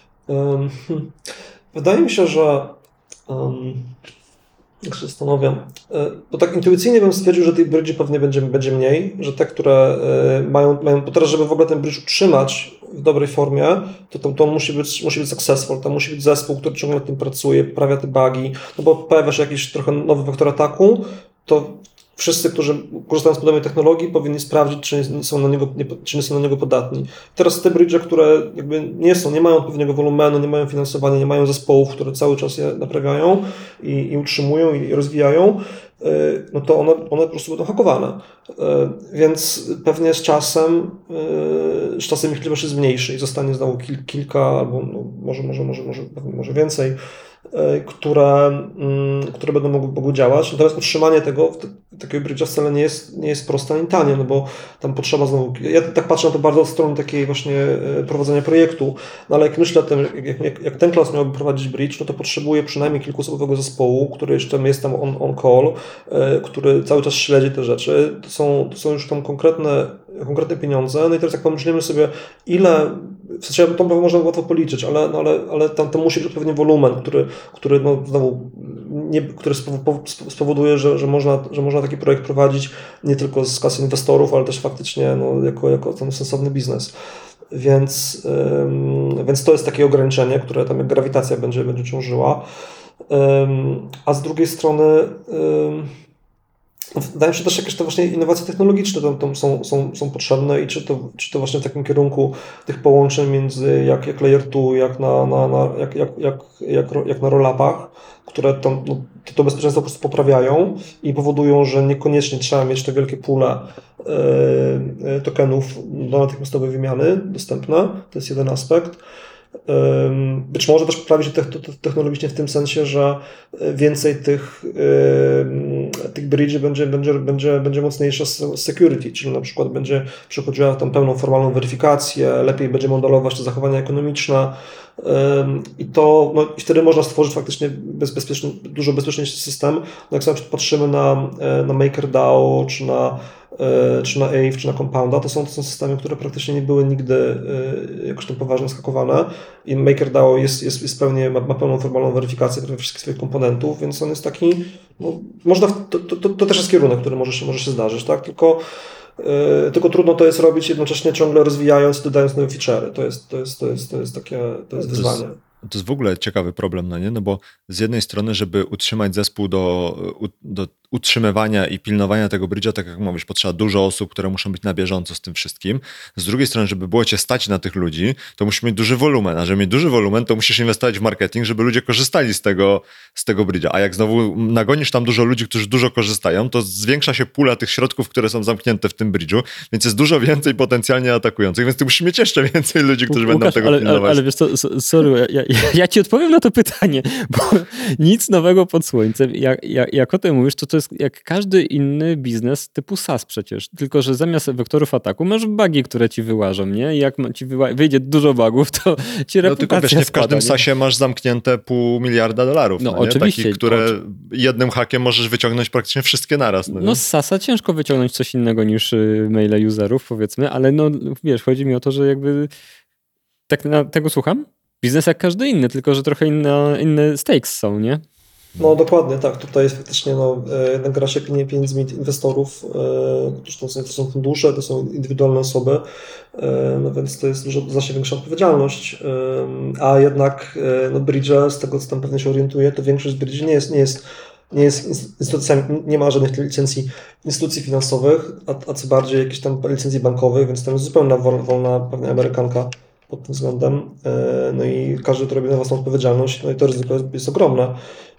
A: Wydaje mi się, że Um, jak się zastanawiam, bo tak intuicyjnie bym stwierdził, że tych bridge'y pewnie będzie, będzie mniej, że te, które mają, mają, bo teraz, żeby w ogóle ten bridge utrzymać w dobrej formie, to to, to musi być, musi być successful, to musi być zespół, który ciągle nad tym pracuje, poprawia te bugi, no bo pojawia się jakiś trochę nowy wektor ataku, to wszyscy, którzy korzystają z podobnej technologii, powinni sprawdzić, czy nie są na niego, nie, czy nie są na niego podatni. Teraz te bridge'e, które jakby nie są, nie mają odpowiedniego wolumenu, nie mają finansowania, nie mają zespołów, które cały czas je naprawiają i, i utrzymują i rozwijają, no to one, one po prostu będą hakowane. Więc pewnie z czasem, z czasem ich liczba się zmniejszy i zostanie znowu kil, kilka albo no, może, może, może, może, może więcej które, które będą mogły, mogły działać. Natomiast utrzymanie tego, takiego bridge'a wcale nie jest, nie jest proste ani tanie, no bo tam potrzeba znowu, ja tak patrzę na to bardzo od strony takiej właśnie prowadzenia projektu, no ale jak myślę o tym, jak, jak, jak ten klas miałby prowadzić bridge, no to potrzebuje przynajmniej kilkuosobowego zespołu, który jeszcze jest tam on, on call, który cały czas śledzi te rzeczy. To są, to są już tam konkretne, konkretne pieniądze. No i teraz jak pomyślimy sobie, ile, w sensie to można łatwo policzyć, ale, no ale, ale tam to musi być odpowiedni wolumen, który, który no znowu nie, który spowoduje, że, że, można, że można taki projekt prowadzić nie tylko z kasy inwestorów, ale też faktycznie no, jako, jako ten sensowny biznes. Więc, ym, więc to jest takie ograniczenie, które tam jak grawitacja będzie, będzie ciążyła. Ym, a z drugiej strony ym, wydaje mi się też jakieś te właśnie innowacje technologiczne tam, tam są, są, są potrzebne i czy to, czy to właśnie w takim kierunku tych połączeń między jak, jak layer two, jak na, na, na, jak, jak, jak, jak, jak na roll-upach, które tam, no, to bezpieczeństwo po prostu poprawiają i powodują, że niekoniecznie trzeba mieć te wielkie pule yy, tokenów do natychmiastowej wymiany dostępne. To jest jeden aspekt. Być może też poprawi się technologicznie w tym sensie, że więcej tych, tych bridge'y będzie, będzie, będzie, będzie mocniejsza security, czyli na przykład będzie przechodziła tam pełną formalną weryfikację, lepiej będzie modelować te zachowania ekonomiczne i to no, i wtedy można stworzyć faktycznie bezpieczny, dużo bezpieczniejszy system. No jak sobie patrzymy na, na MakerDAO, czy na czy na Aave, czy na Compounda, to są, to są systemy, które praktycznie nie były nigdy jakoś tam poważnie skakowane i MakerDAO jest, jest, jest pełnie, ma, ma pełną formalną weryfikację wszystkich swoich komponentów, więc on jest taki, no, można, to, to, to też jest kierunek, który może się, może się zdarzyć, tak? Tylko, yy, tylko trudno to jest robić jednocześnie ciągle rozwijając, dodając nowe feature'y. To jest, to jest, to jest, to jest takie, to jest wyzwanie.
B: To jest w ogóle ciekawy problem, no nie? No bo z jednej strony, żeby utrzymać zespół do, do utrzymywania i pilnowania tego bridge'a, tak jak mówisz, potrzeba dużo osób, które muszą być na bieżąco z tym wszystkim. Z drugiej strony, żeby było cię stać na tych ludzi, to musisz mieć duży wolumen, a żeby mieć duży wolumen, to musisz inwestować w marketing, żeby ludzie korzystali z tego, z tego bridge'a. A jak znowu nagonisz tam dużo ludzi, którzy dużo korzystają, to zwiększa się pula tych środków, które są zamknięte w tym bridge'u, więc jest dużo więcej potencjalnie atakujących, więc ty musisz mieć jeszcze więcej ludzi, którzy
C: Łukasz,
B: będą tego
C: ale,
B: pilnować.
C: Ale, ale wiesz co, sorry, ja, ja, ja ci odpowiem na to pytanie, bo nic nowego pod słońcem. Jak, jak, jak o tym mówisz, to to jest jak każdy inny biznes typu SaaS przecież, tylko że zamiast wektorów ataku masz bugi, które ci wyłażą, nie? I jak ci wyła- wyjdzie dużo bugów, to ci reputacja
B: No tylko wiesz, nie w każdym
C: spada,
B: SaaSie masz zamknięte pół miliarda dolarów.
C: No,
B: no
C: oczywiście.
B: Takich, które jednym hakiem możesz wyciągnąć praktycznie wszystkie naraz. No,
C: no z SaaSa ciężko wyciągnąć coś innego niż y, maile userów, powiedzmy, ale no wiesz, chodzi mi o to, że jakby tak na tego słucham? Biznes jak każdy inny, tylko że trochę inne, inne stakes są, nie?
A: No dokładnie, tak. Tutaj jest faktycznie no, jednak gra się pieniędzmi inwestorów, którzy to są, to są fundusze, to są indywidualne osoby, no więc to jest dużo znacznie większa odpowiedzialność, a jednak no, bridge, z tego co tam pewnie się orientuje, to większość bridge nie jest, nie jest nie jest instytucjami, nie ma żadnych licencji instytucji finansowych, a, a co bardziej jakichś tam licencji bankowych, więc to jest zupełnie wolna, wolna pewnie amerykanka pod tym względem. No i każdy to robi na własną odpowiedzialność, no i to ryzyko jest, jest ogromne.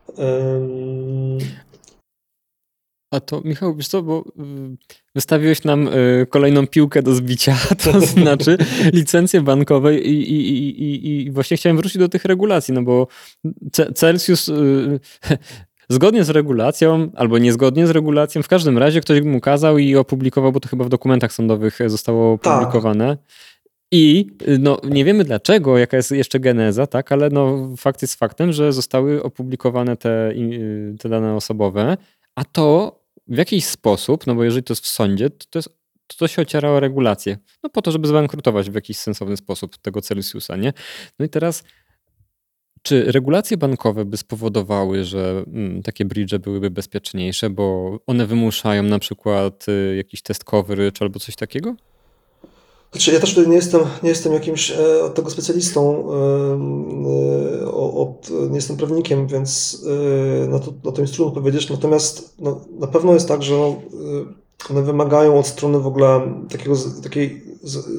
C: A to Michał, wiesz co, bo wystawiłeś nam kolejną piłkę do zbicia, to znaczy licencje bankowe i, i, i, i właśnie chciałem wrócić do tych regulacji, no bo Celsius zgodnie z regulacją, albo niezgodnie z regulacją, w każdym razie ktoś mu kazał i opublikował, bo to chyba w dokumentach sądowych zostało opublikowane. Tak. I no, nie wiemy dlaczego, jaka jest jeszcze geneza, tak, ale no, fakt jest faktem, że zostały opublikowane te, te dane osobowe, a to w jakiś sposób, no bo jeżeli to jest w sądzie, to, to, jest, to, to się ociera o regulację. No po to, żeby zbankrutować w jakiś sensowny sposób tego Celsiusa, nie? No i teraz czy regulacje bankowe by spowodowały, że mm, takie bridge byłyby bezpieczniejsze, bo one wymuszają na przykład y, jakiś test coverage albo coś takiego?
A: Znaczy, ja też tutaj nie jestem, nie jestem jakimś e, od tego specjalistą, e, e, od, nie jestem prawnikiem, więc e, na, to, na to jest trudno powiedzieć. Natomiast no, na pewno jest tak, że no, one wymagają od strony w ogóle takiego takiej z, e,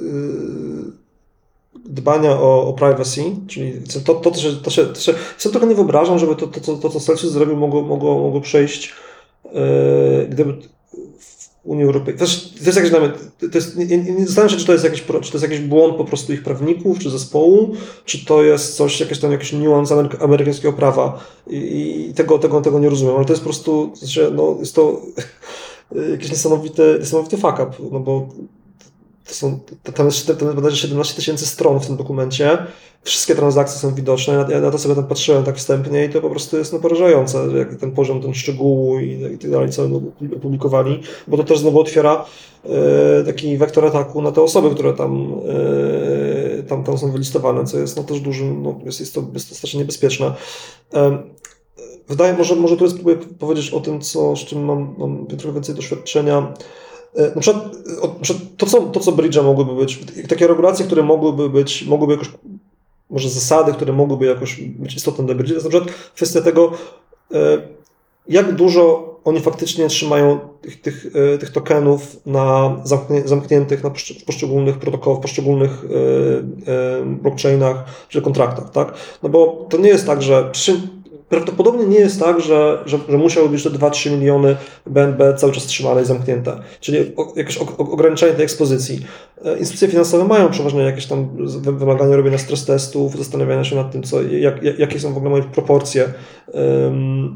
A: dbania o, o privacy, czyli to, to, to, się, to, się, to się, sobie trochę nie wyobrażam, żeby to, to, to, to co Celsius zrobił, mogło, mogło, mogło przejść, e, gdyby Unii Europejskiej. To jest jakiś, to jest, nie, nie zastanawiam się, czy to jest jakiś, czy to jest jakiś błąd po prostu ich prawników, czy zespołu, czy to jest coś, jakiś tam jakiś niuans ameryk- amerykańskiego prawa i, i tego, tego, tego nie rozumiem, ale to jest po prostu, że no, jest to jakiś niesamowity, niesamowity fuck up, no bo to są, tam jest bodajże siedemnaście tysięcy stron w tym dokumencie, wszystkie transakcje są widoczne, ja na to sobie tam patrzyłem tak wstępnie i to po prostu jest no, porażające, jak ten poziom, ten szczegółu i, i tak dalej, co opublikowali, bo to też znowu otwiera e, taki wektor ataku na te osoby, które tam, e, tam, tam są wylistowane, co jest no, też dużym, no, jest, jest, to, jest to strasznie niebezpieczne. E, wydaje może, może tu spróbuję powiedzieć o tym, co, z czym mam, mam trochę więcej doświadczenia. Na przykład, na przykład to, co, to, co bridge'a mogłyby być, takie regulacje, które mogłyby być, mogłyby jakoś, może zasady, które mogłyby jakoś być istotne dla bridge'a, to jest na przykład kwestia tego, jak dużo oni faktycznie trzymają tych, tych, tych tokenów na zamkniętych na poszczególnych protokołach, poszczególnych blockchainach czy kontraktach, tak? No bo to nie jest tak, że prawdopodobnie nie jest tak, że, że, że musiały być te dwa trzy miliony B N B cały czas trzymane i zamknięte. Czyli o, jakieś o, o, ograniczenie tej ekspozycji. Instytucje finansowe mają przeważnie jakieś tam wymagania robienia stres testów, zastanawiania się nad tym, co, jak, jak, jakie są w ogóle moje proporcje um,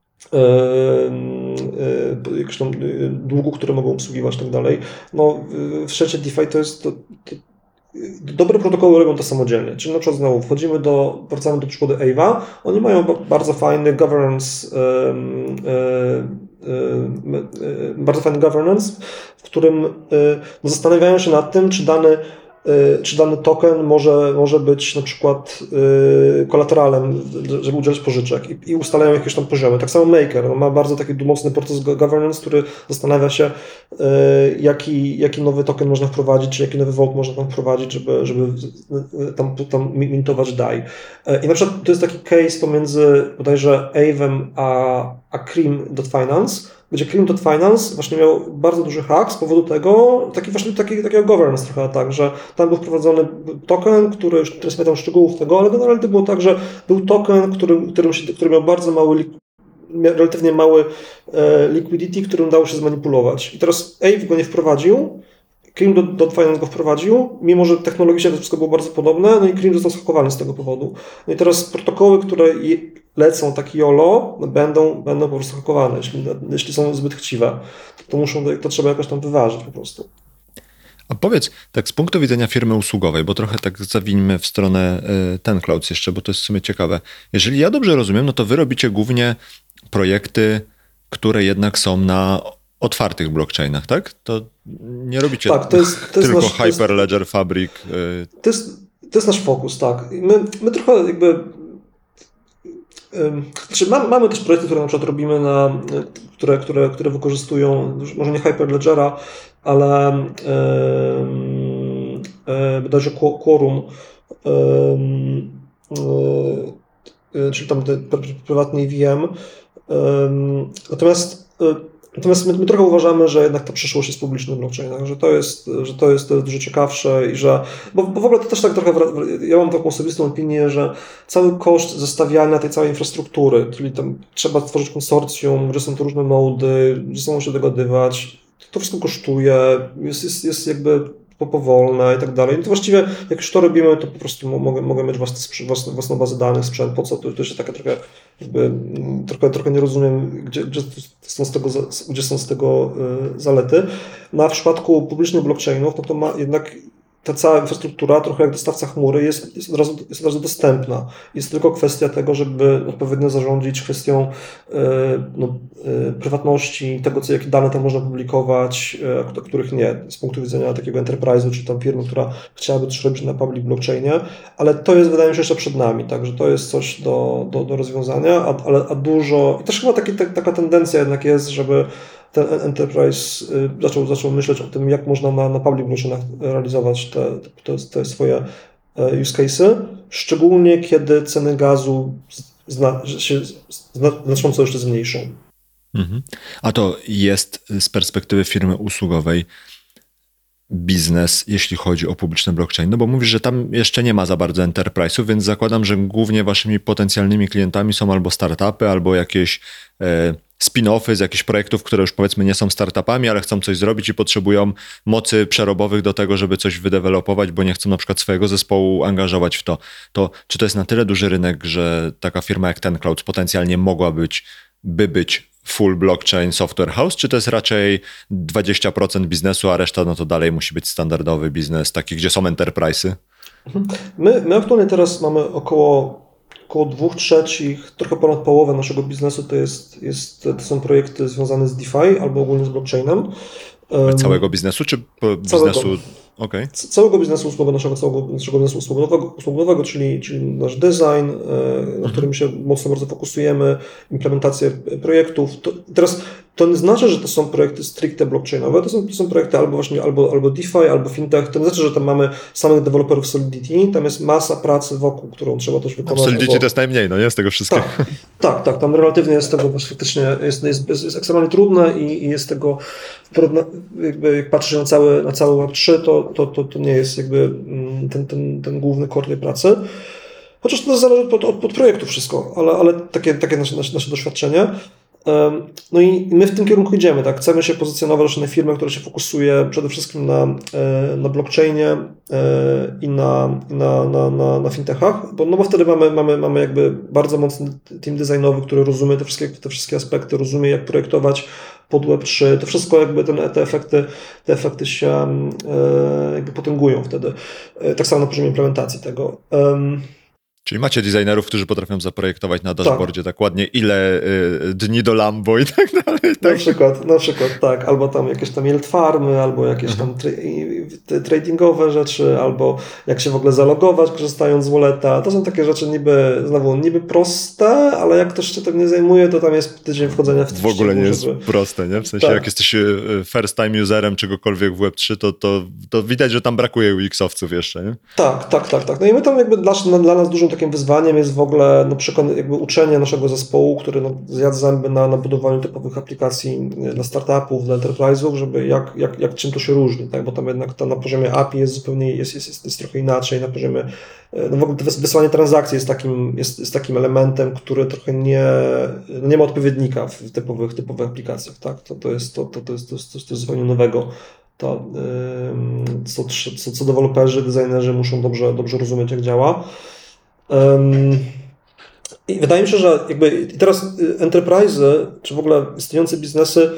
A: um, jakieś tam długu, które mogą obsługiwać i tak dalej. No, w świecie DeFi to jest to, to dobre protokoły robią to samodzielnie, czyli na przykład znowu wchodzimy do, wracamy do przykładu Aave, oni mają bardzo fajny governance, um, um, um, bardzo fajny governance, w którym um, zastanawiają się nad tym, czy dany czy dany token może, może być na przykład yy, kolateralem, żeby udzielać pożyczek i, i ustalają jakieś tam poziomy. Tak samo Maker no, ma bardzo taki mocny proces governance, który zastanawia się, yy, jaki, jaki nowy token można wprowadzić, czy jaki nowy vault można tam wprowadzić, żeby, żeby tam, tam mintować D A I. Yy, I na przykład to jest taki case pomiędzy bodajże Aavem a, a Cream.finance, gdzie Cream.finance właśnie miał bardzo duży hack z powodu tego, taki właśnie taki, takiego governance trochę tak, że tam był wprowadzony token, który, już nie pamiętam szczegółów tego, ale generalnie to było tak, że był token, który, którym się, który miał bardzo mały, relatywnie mały e, liquidity, którym dało się zmanipulować. I teraz Aave go nie wprowadził, Cream.finance go wprowadził, mimo że technologicznie to wszystko było bardzo podobne, no i Cream został zhakowany z tego powodu. No i teraz protokoły, które lecą tak jolo, no będą, będą po prostu hakowane, jeśli, jeśli są zbyt chciwe. To, muszą, to trzeba jakoś tam wyważyć po prostu.
B: A powiedz, tak z punktu widzenia firmy usługowej, bo trochę tak zawinimy w stronę ten Clouds jeszcze, bo to jest w sumie ciekawe. Jeżeli ja dobrze rozumiem, no to wy robicie głównie projekty, które jednak są na otwartych blockchainach, tak? To nie robicie
A: tak, to jest, to jest
B: tylko
A: nasz,
B: Hyperledger, jest, Fabric.
A: To jest, to jest nasz fokus, tak. My, my trochę jakby Znaczy, mamy, mamy też projekty, które na przykład robimy, na, które, które, które wykorzystują, może nie Hyperledgera, ale yy, bodajże Quorum, yy, yy, czyli tam te prywatny E V M. Yy, natomiast yy, Natomiast my, my trochę uważamy, że jednak ta przyszłość jest w publicznych blockchainach, że to jest, że to jest, to jest dużo ciekawsze i że, bo, bo w ogóle to też tak trochę, ja mam taką osobistą opinię, że cały koszt zestawiania tej całej infrastruktury, czyli tam trzeba stworzyć konsorcjum, gdzie są to różne nody, gdzie są się dogadywać, to wszystko kosztuje, jest, jest, jest jakby powolne i tak dalej. No to właściwie jak już to robimy, to po prostu mogę, mogę mieć własne, własne, własną bazę danych, sprzęt, po co, to, to się taka trochę jakby, trochę, trochę nie rozumiem, gdzie, gdzie, są z tego, gdzie są z tego y, zalety. No a w przypadku publicznych blockchainów, no to ma jednak ta cała infrastruktura, trochę jak dostawca chmury, jest, jest, od razu, jest od razu dostępna. Jest tylko kwestia tego, żeby odpowiednio zarządzić kwestią y, no, y, prywatności, tego, co, jakie dane tam można publikować, y, a których nie, z punktu widzenia takiego enterprise'u, czy tam firmy, która chciałaby coś robić na public blockchainie, ale to jest, wydaje mi się, jeszcze przed nami, także to jest coś do, do, do rozwiązania, a, ale, a dużo, i też chyba taki, ta, taka tendencja jednak jest, żeby ten enterprise zaczął, zaczął myśleć o tym, jak można na, na public blockchainach realizować te, te, te swoje use case'y, szczególnie kiedy ceny gazu zna, się zna, znacząco jeszcze zmniejszą.
B: Mhm. A to jest z perspektywy firmy usługowej biznes, jeśli chodzi o publiczne blockchain? No bo mówisz, że tam jeszcze nie ma za bardzo enterprise'ów, więc zakładam, że głównie waszymi potencjalnymi klientami są albo startupy, albo jakieś e, spin-offy z jakichś projektów, które już powiedzmy nie są startupami, ale chcą coś zrobić i potrzebują mocy przerobowych do tego, żeby coś wydevelopować, bo nie chcą na przykład swojego zespołu angażować w to. To czy to jest na tyle duży rynek, że taka firma jak TenCloud potencjalnie mogła być, by być full blockchain software house, czy to jest raczej dwadzieścia procent biznesu, a reszta no to dalej musi być standardowy biznes, taki, gdzie są enterprise'y?
A: My, my aktualnie teraz mamy około Około dwóch trzecich, trochę ponad połowę naszego biznesu to, jest, jest, to są projekty związane z DeFi albo ogólnie z blockchainem.
B: Całego biznesu, czy biznesu?
A: Całego.
B: Okay.
A: Całego biznesu usługowego, naszego całego naszego biznesu usługowego, usługowego czyli, czyli nasz design, na którym się mocno bardzo fokusujemy, implementację projektów. To, teraz to nie znaczy, że to są projekty stricte blockchainowe, to są, to są projekty albo właśnie albo, albo DeFi, albo fintech. To nie znaczy, że tam mamy samych deweloperów Solidity, tam jest masa pracy wokół, którą trzeba też wykonać.
B: No, Solidity
A: albo...
B: to jest najmniej, no nie? Z tego wszystkiego.
A: Tak, tak, tak, tam relatywnie jest tego faktycznie jest, jest, jest, jest ekstremalnie trudne i, i jest tego, jakby jak patrzysz na cały, na cały Web trzy, to, to, to, to nie jest jakby ten, ten, ten główny core tej pracy. Chociaż to zależy od, od, od projektu wszystko, ale, ale takie, takie nasze, nasze, nasze doświadczenie. No i my w tym kierunku idziemy, tak? Chcemy się pozycjonować na firmę, która się fokusuje przede wszystkim na, na blockchainie i na, na, na, na, na fintechach, bo, no bo wtedy mamy, mamy, mamy jakby bardzo mocny team designowy, który rozumie te wszystkie, te wszystkie aspekty, rozumie jak projektować pod Web trzy, to wszystko jakby ten, te efekty, te efekty się jakby potęgują wtedy. Tak samo na poziomie implementacji tego.
B: Czyli macie designerów, którzy potrafią zaprojektować na dashboardzie tak, tak ładnie, ile y, dni do Lambo i tak dalej. Tak?
A: Na przykład, na przykład, tak. Albo tam jakieś tam yield farmy, albo jakieś tam tra- tradingowe rzeczy, albo jak się w ogóle zalogować, korzystając z walleta. To są takie rzeczy niby, znowu, niby proste, ale jak ktoś się tym nie zajmuje, to tam jest tydzień wchodzenia w to.
B: W ogóle nie jest żeby... proste, nie? W sensie, tak. Jak jesteś first time userem czegokolwiek w Web trzy, to, to, to widać, że tam brakuje U X-owców jeszcze, nie?
A: Tak, tak, tak, tak. No i my tam jakby dla, dla nas dużą takim wyzwaniem jest w ogóle no, przekon- jakby uczenie naszego zespołu, który no, zjadł zęby na, na budowaniu typowych aplikacji dla startupów, dla enterprise'ów, żeby jak, jak, jak czym to się różni, tak? Bo tam jednak to na poziomie A P I jest zupełnie, jest, jest, jest, jest trochę inaczej, na poziomie, no w ogóle wysłanie transakcji jest takim, jest, jest takim elementem, który trochę nie, no nie ma odpowiednika w typowych, typowych aplikacjach, tak? To, to, jest, to, to, to, jest, to, jest, to jest coś zupełnie nowego. To, co, co, co deweloperzy, designerzy muszą dobrze, dobrze rozumieć, jak działa. Um, I wydaje mi się, że jakby teraz enterprise'y, czy w ogóle istniejące biznesy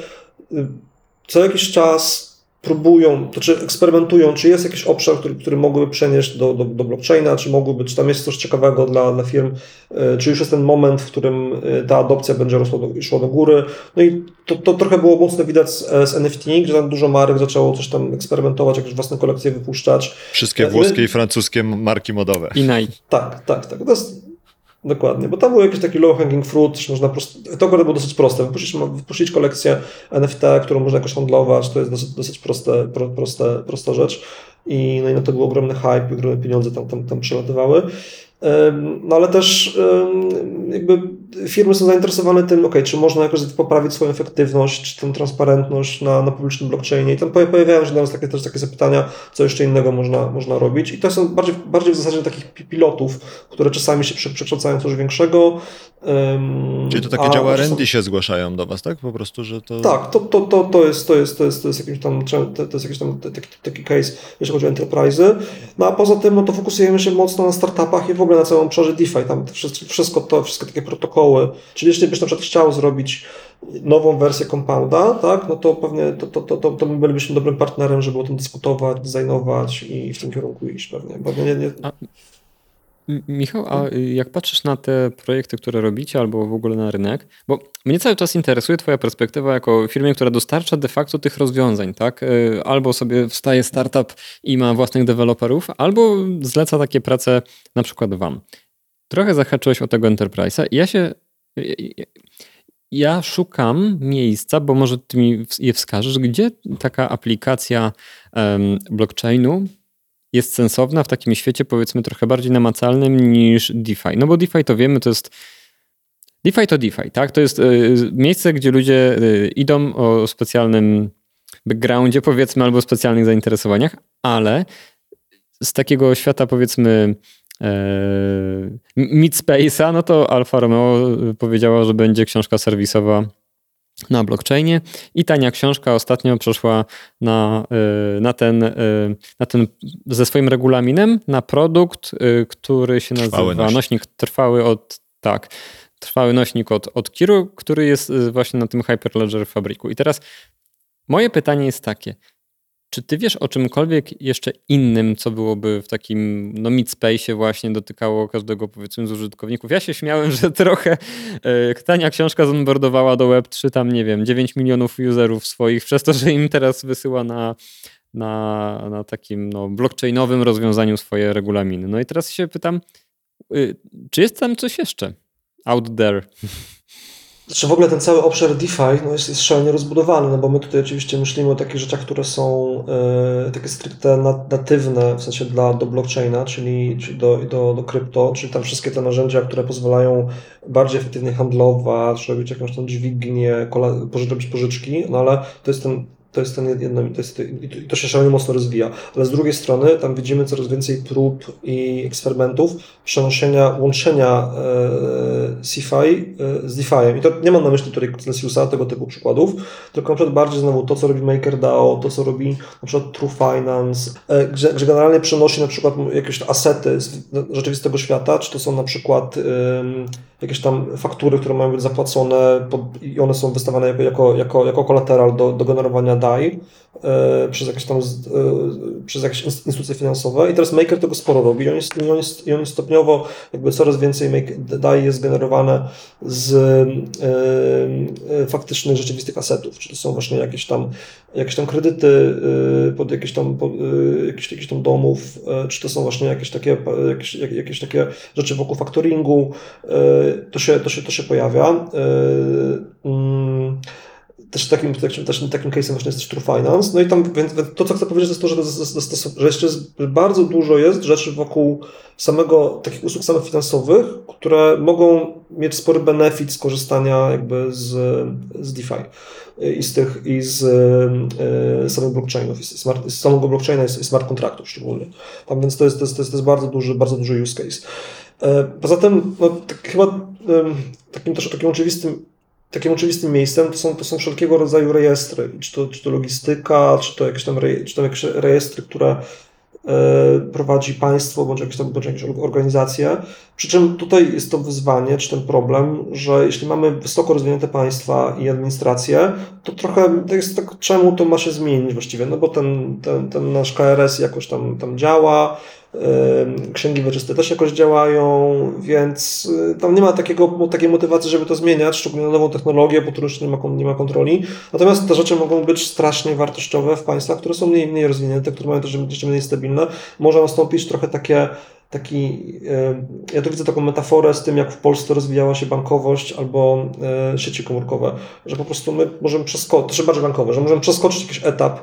A: co jakiś czas próbują, to czy eksperymentują, czy jest jakiś obszar, który, który mogłyby przenieść do, do, do blockchaina, czy mogłyby, czy tam jest coś ciekawego dla, dla firm, czy już jest ten moment, w którym ta adopcja będzie rosła do, szła do góry. No i to, to trochę było mocno widać z, z N F T, gdzie tam dużo marek zaczęło coś tam eksperymentować, jakieś własne kolekcje wypuszczać.
B: Wszystkie włoskie i francuskie marki modowe.
C: I Nike.
A: Tak, tak, tak. To jest, dokładnie, bo tam był jakiś taki low hanging fruit, można prost... to akurat było dosyć proste. Wypuścić, wypuścić kolekcję N F T, którą można jakoś handlować, to jest dosyć, dosyć proste, pro, proste, prosta rzecz. I, no i na to był ogromny hype, ogromne pieniądze tam, tam, tam przelatywały. No ale też jakby firmy są zainteresowane tym, ok, czy można jakoś poprawić swoją efektywność, czy tę transparentność na, na publicznym blockchainie i tam pojawiają się dla nas takie, też takie zapytania, co jeszcze innego można, można robić i to są bardziej, bardziej w zasadzie takich pilotów, które czasami się przekształcają w coś większego. Um,
B: Czyli to takie działa R and D się zgłaszają do was, tak? Po prostu, że to...
A: Tak, to, to, to, to, jest, to, jest, to, jest, to jest jakiś tam, to jest jakiś tam taki, taki case, jeśli chodzi o enterprise'y. No a poza tym, no to fokusujemy się mocno na startupach i w ogóle na całym obszarze DeFi. Tam wszystko to, wszystkie takie protokoły. Czyli jeśli byś na przykład chciał zrobić nową wersję Compounda, tak, no to pewnie to, to, to, to, to my bylibyśmy dobrym partnerem, żeby o tym dyskutować, designować i w tym kierunku iść pewnie. Pewnie nie, nie...
C: A, Michał, a jak patrzysz na te projekty, które robicie albo w ogóle na rynek, bo mnie cały czas interesuje twoja perspektywa jako firmy, która dostarcza de facto tych rozwiązań, tak? Albo sobie wstaje startup i ma własnych deweloperów, albo zleca takie prace na przykład wam. Trochę zahaczyłeś o tego enterprise'a i ja się... Ja szukam miejsca, bo może ty mi je wskażesz, gdzie taka aplikacja um, blockchainu jest sensowna w takim świecie, powiedzmy, trochę bardziej namacalnym niż DeFi. No bo DeFi to wiemy, to jest... DeFi to DeFi, tak? To jest y, miejsce, gdzie ludzie y, idą o specjalnym backgroundzie, powiedzmy, albo specjalnych zainteresowaniach, ale z takiego świata, powiedzmy, y, Midspace'a, no to Alfa Romeo powiedziała, że będzie książka serwisowa na blockchainie i Tania Książka ostatnio przeszła na, na, ten, na ten ze swoim regulaminem na produkt, który się nazywa
B: trwały nośnik.
C: nośnik trwały od tak, trwały nośnik od, od Kiru, który jest właśnie na tym Hyperledger Fabriku. I teraz moje pytanie jest takie, czy ty wiesz o czymkolwiek jeszcze innym, co byłoby w takim no, mid-space'ie właśnie dotykało każdego, powiedzmy, z użytkowników? Ja się śmiałem, że trochę e, Tania Książka zonboardowała do web trzy tam, nie wiem, dziewięć milionów userów swoich, przez to, że im teraz wysyła na, na, na takim no, blockchainowym rozwiązaniu swoje regulaminy. No i teraz się pytam, y, czy jest tam coś jeszcze out there?
A: Znaczy w ogóle ten cały obszar DeFi no jest, jest szalenie rozbudowany, no bo my tutaj oczywiście myślimy o takich rzeczach, które są e, takie stricte natywne, w sensie dla, do blockchaina, czyli, czyli do, do, do krypto, czyli tam wszystkie te narzędzia, które pozwalają bardziej efektywnie handlować, robić jakąś tam dźwignię, kola, pożycz, robić pożyczki, no ale to jest ten To jest ten jedno, to jest, i to się szalenie mocno rozwija. Ale z drugiej strony tam widzimy coraz więcej prób i eksperymentów przenoszenia, łączenia e, CeFi e, z DeFi'em. I to nie mam na myśli tutaj Celsiusa, tego typu przykładów, tylko na przykład bardziej znowu to, co robi MakerDAO, to, co robi na przykład True Finance, e, gdzie, gdzie generalnie przenosi na przykład jakieś asety z rzeczywistego świata, czy to są na przykład e, jakieś tam faktury, które mają być zapłacone pod, i one są wystawiane jako, jako, jako, jako kolateral do, do generowania D A I e, przez jakieś tam e, przez jakieś instytucje finansowe i teraz Maker tego sporo robi i on jest, i on jest, i on jest stopniowo jakby coraz więcej make, D A I jest generowane z e, e, faktycznych, rzeczywistych asetów, czy to są właśnie jakieś tam, jakieś tam kredyty e, pod jakieś tam, pod, e, jakieś, jakieś tam domów, e, czy to są właśnie jakieś takie, jakieś, jakieś takie rzeczy wokół faktoringu, e, to się, to się, to się pojawia. E, mm, Też takim, takim, takim, takim case'em właśnie jest True Finance. No i tam więc, więc to, co chcę powiedzieć, jest to, że, to, że jeszcze jest, bardzo dużo jest rzeczy wokół samego, takich usług samych finansowych, które mogą mieć spory benefit z korzystania jakby z, z DeFi i z tych, i z y, samych blockchainów, i z, smart, z samego blockchaina i smart kontraktów szczególnie. Tam więc to jest, to jest, to jest, to jest bardzo duży, bardzo duży use case. Poza tym, no, tak, chyba y, takim też takim oczywistym Takim oczywistym miejscem to są, to są wszelkiego rodzaju rejestry, czy to, czy to logistyka, czy to jakieś tam, reje, czy tam jakieś rejestry, które e, prowadzi państwo, bądź jakieś tam bądź jakieś organizacje. Przy czym tutaj jest to wyzwanie, czy ten problem, że jeśli mamy wysoko rozwinięte państwa i administrację, to trochę to jest tak, czemu to ma się zmienić właściwie, no bo ten, ten, ten nasz K R S jakoś tam, tam działa, księgi wieczyste też jakoś działają, więc tam nie ma takiego, takiej motywacji, żeby to zmieniać, szczególnie na nową technologię, po której już nie ma, nie ma kontroli. Natomiast te rzeczy mogą być strasznie wartościowe w państwach, które są mniej, mniej rozwinięte, które mają też jeszcze mniej stabilne. Może nastąpić trochę takie Taki, ja tu widzę taką metaforę z tym, jak w Polsce rozwijała się bankowość albo sieci komórkowe, że po prostu my możemy przeskoczyć, to się bardziej bankowe, że możemy przeskoczyć jakiś etap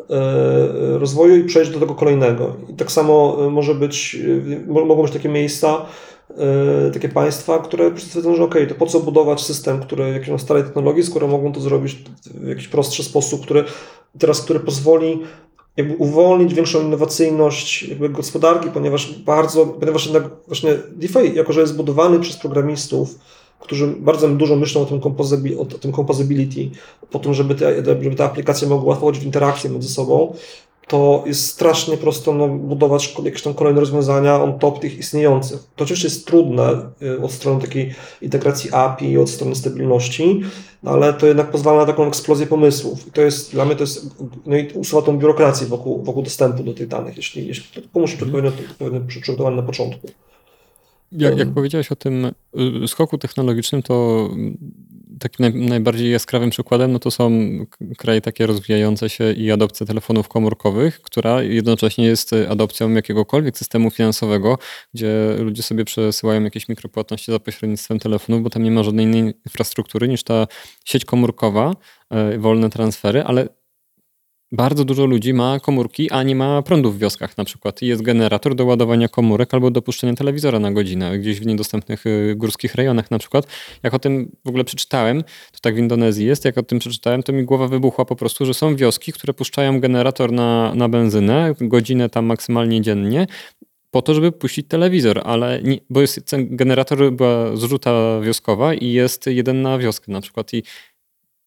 A: rozwoju i przejść do tego kolejnego. I tak samo może być, mogą być takie miejsca, takie państwa, które stwierdzą, że okej, okay, to po co budować system, który jakiejś tam starej technologii, skoro mogą to zrobić w jakiś prostszy sposób, który teraz, który pozwoli jakby uwolnić większą innowacyjność jakby gospodarki, ponieważ bardzo, ponieważ jednak właśnie DeFi, jako że jest budowany przez programistów, którzy bardzo dużo myślą o tym, composabi- o tym composability, po tym, żeby te, żeby te aplikacje mogły łatwo wchodzić w interakcję między sobą, to jest strasznie prosto no, budować jakieś tam kolejne rozwiązania on top tych istniejących. To oczywiście jest trudne od strony takiej integracji A P I, od strony stabilności, no, ale to jednak pozwala na taką eksplozję pomysłów. I to jest, dla mnie to jest, no i usuwa tą biurokrację wokół, wokół dostępu do tych danych, jeśli, jeśli to musi być odpowiednio, odpowiednio przygotowane na początku.
C: Jak, jak powiedziałeś o tym skoku technologicznym, to takim naj, najbardziej jaskrawym przykładem no to są kraje takie rozwijające się i adopcja telefonów komórkowych, która jednocześnie jest adopcją jakiegokolwiek systemu finansowego, gdzie ludzie sobie przesyłają jakieś mikropłatności za pośrednictwem telefonów, bo tam nie ma żadnej innej infrastruktury niż ta sieć komórkowa, wolne transfery, ale bardzo dużo ludzi ma komórki, a nie ma prądu w wioskach na przykład. I jest generator do ładowania komórek albo do puszczenia telewizora na godzinę, gdzieś w niedostępnych górskich rejonach na przykład. Jak o tym w ogóle przeczytałem, to tak w Indonezji jest, jak o tym przeczytałem, to mi głowa wybuchła po prostu, że są wioski, które puszczają generator na, na benzynę, godzinę tam maksymalnie dziennie, po to, żeby puścić telewizor, ale nie, bo jest generator, była zrzuta wioskowa i jest jeden na wioskę na przykład i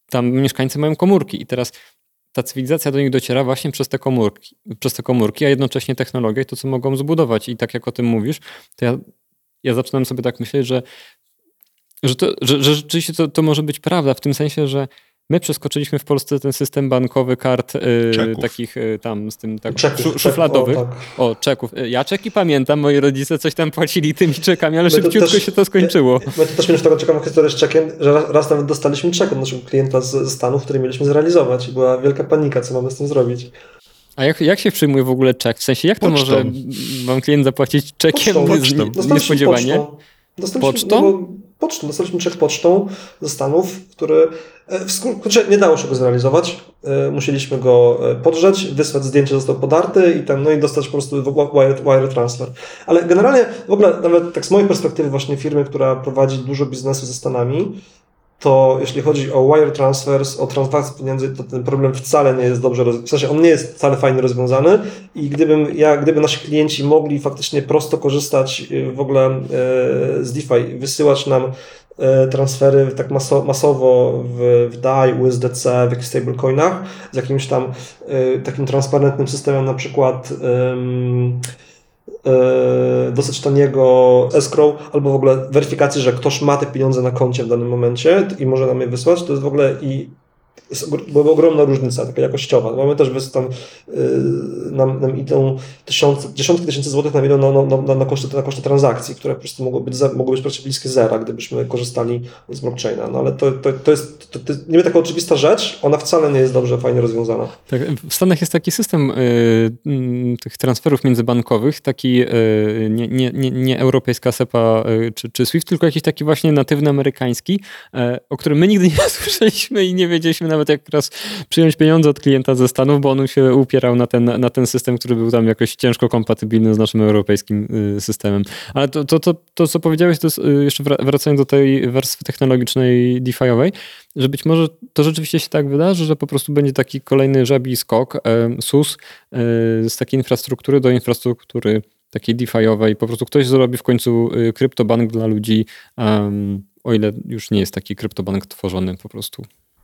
C: tam mieszkańcy mają komórki i teraz ta cywilizacja do nich dociera właśnie przez te komórki, przez te komórki, a jednocześnie technologia i to, co mogą zbudować. I tak jak o tym mówisz, to ja, ja zaczynam sobie tak myśleć, że, że, to, że, że rzeczywiście to, to może być prawda w tym sensie, że my przeskoczyliśmy w Polsce ten system bankowy kart y, takich y, tam z tym tak,
A: czeków,
C: szu, szufladowych.
A: Czek, o, tak.
C: o, czeków. Ja czeki pamiętam, moi rodzice coś tam płacili tymi czekami, ale my szybciutko też, się to skończyło.
A: My, my to też mieliśmy taką ciekawą historię z czekiem, że raz, raz nawet dostaliśmy czek od naszego klienta z, ze Stanów, który mieliśmy zrealizować i była wielka panika, co mamy z tym zrobić.
C: A jak, jak się przyjmuje w ogóle czek? W sensie, jak to
B: Pocztą.
C: może wam klient zapłacić czekiem
A: Pocztą.
C: z, niespodziewanie?
A: Pocztą. Dostaliśmy,
C: Pocztą?
A: No, pocztą? Dostaliśmy czek pocztą ze Stanów, który w skrócie nie dało się go zrealizować. Musieliśmy go podrzeć, wysłać zdjęcie, został podarty i tam, no i dostać po prostu wire, wire transfer. Ale generalnie w ogóle nawet tak z mojej perspektywy właśnie firmy, która prowadzi dużo biznesu ze Stanami, to jeśli chodzi o wire transfers, o transakcje pieniędzy, to ten problem wcale nie jest dobrze rozwiązany. W sensie on nie jest wcale fajnie rozwiązany i gdybym ja, gdyby nasi klienci mogli faktycznie prosto korzystać w ogóle z DeFi, wysyłać nam transfery tak maso, masowo w, w D A I, U S D C, w jakichś stablecoinach, z jakimś tam takim transparentnym systemem, na przykład um, dosyć taniego escrow, albo w ogóle weryfikacji, że ktoś ma te pieniądze na koncie w danym momencie i może nam je wysłać, to jest w ogóle i była ogromna różnica, taka jakościowa. Mamy też tam yy, nam, nam idą tysiące, dziesiątki tysięcy złotych nam idą na, na, na, na, koszty, na koszty transakcji, które po prostu mogły być, mogły być praktycznie bliskie zera, gdybyśmy korzystali z blockchaina. No ale to, to, to jest to, to niby taka oczywista rzecz, ona wcale nie jest dobrze, fajnie rozwiązana.
C: Tak, w Stanach jest taki system y, tych transferów międzybankowych, taki y, nie, nie, nie, nie europejska SEPA y, czy, czy SWIFT, tylko jakiś taki właśnie natywny amerykański, y, o którym my nigdy nie słyszeliśmy i nie wiedzieliśmy nawet jak raz przyjąć pieniądze od klienta ze Stanów, bo on się upierał na ten, na ten system, który był tam jakoś ciężko kompatybilny z naszym europejskim systemem. Ale to, to, to, to co powiedziałeś, to jest, jeszcze wracając do tej warstwy technologicznej DeFi-owej, że być może to rzeczywiście się tak wydarzy, że po prostu będzie taki kolejny żabi skok, S U S z takiej infrastruktury do infrastruktury takiej DeFi-owej. Po prostu ktoś zrobi w końcu kryptobank dla ludzi, um, o ile już nie jest taki kryptobank tworzony po prostu.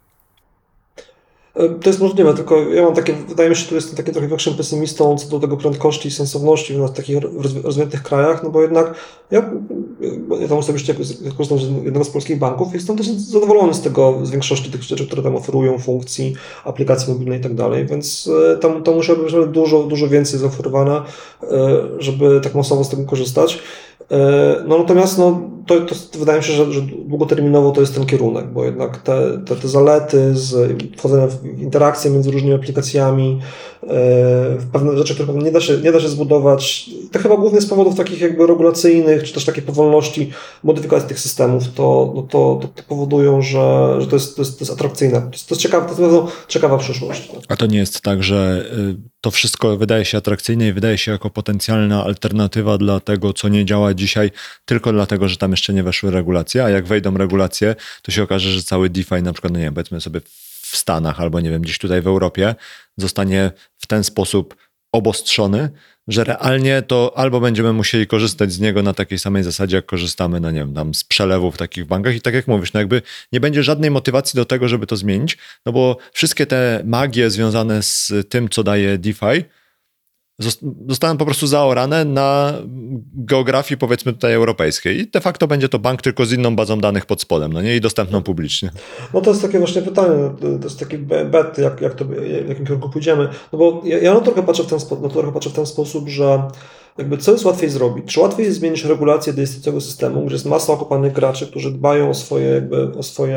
A: To jest możliwe, tylko ja mam takie, wydaje mi się, że tu jestem takim trochę większym pesymistą co do tego prędkości i sensowności w takich rozwiniętych krajach, no bo jednak ja, ja tam osobiście korzystam z jednego z polskich banków, jestem dosyć zadowolony z tego, z większości tych rzeczy, które tam oferują, funkcji, aplikacji mobilnej i tak dalej, więc tam, tam musiałoby być dużo, dużo więcej zaoferowane, żeby tak masowo z tego korzystać. No natomiast no, to, to wydaje mi się, że, że długoterminowo to jest ten kierunek, bo jednak te, te, te zalety z wchodzenia w interakcje między różnymi aplikacjami, w pewne rzeczy, które nie da się, nie da się zbudować, to chyba głównie z powodów takich jakby regulacyjnych, czy też takiej powolności modyfikacji tych systemów, to, no to, to, to powodują, że, że to, jest, to, jest, to jest atrakcyjne. To jest, to jest, ciekawa, to jest bardzo ciekawa przyszłość.
B: A to nie jest tak, że to wszystko wydaje się atrakcyjne i wydaje się jako potencjalna alternatywa dla tego, co nie działa dzisiaj, tylko dlatego, że tam jeszcze nie weszły regulacje, a jak wejdą regulacje, to się okaże, że cały DeFi, na przykład, no nie wiem, powiedzmy sobie w Stanach albo nie wiem, gdzieś tutaj w Europie, zostanie w ten sposób obostrzony, że realnie to albo będziemy musieli korzystać z niego na takiej samej zasadzie, jak korzystamy, no nie wiem, tam z przelewów w takich bankach i tak jak mówisz, no jakby nie będzie żadnej motywacji do tego, żeby to zmienić, no bo wszystkie te magie związane z tym, co daje DeFi, zostaną po prostu zaorane na geografii, powiedzmy tutaj europejskiej i de facto będzie to bank tylko z inną bazą danych pod spodem, no nie, i dostępną publicznie.
A: No to jest takie właśnie pytanie, to jest taki bet, jak, jak to, w jakim kierunku pójdziemy, no bo ja, ja no trochę patrzę w ten sposób, no trochę patrzę w ten sposób, że jakby co jest łatwiej zrobić? Czy łatwiej jest zmienić regulację do istniejącego systemu, gdzie jest masa okopanych graczy, którzy dbają o swoje jakby, o swoje,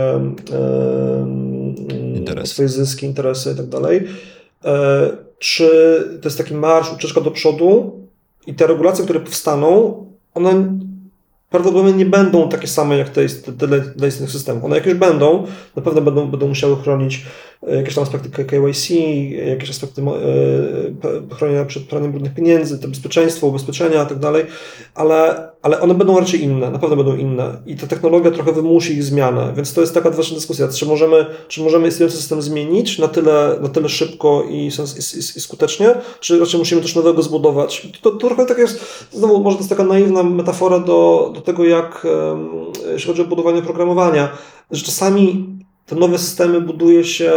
A: e, o swoje zyski, interesy i tak dalej, e, czy to jest taki marsz, ucieczka do przodu i te regulacje, które powstaną, one prawdopodobnie nie będą takie same jak te dla istniejących systemów. One jakieś będą, na pewno będą, będą musiały chronić jakieś tam aspekty K Y C, jakieś aspekty chronienia przed praniem brudnych pieniędzy, to bezpieczeństwo, ubezpieczenia i tak dalej, ale, ale one będą raczej inne, na pewno będą inne i ta technologia trochę wymusi ich zmianę, więc to jest taka właśnie dyskusja, czy możemy, czy możemy istniejący system zmienić na tyle, na tyle szybko i, i, i, i skutecznie, czy raczej musimy coś nowego zbudować. To, to trochę tak jest, znowu może to jest taka naiwna metafora do, do tego, jak jeśli chodzi o budowanie programowania, że czasami te nowe systemy buduje się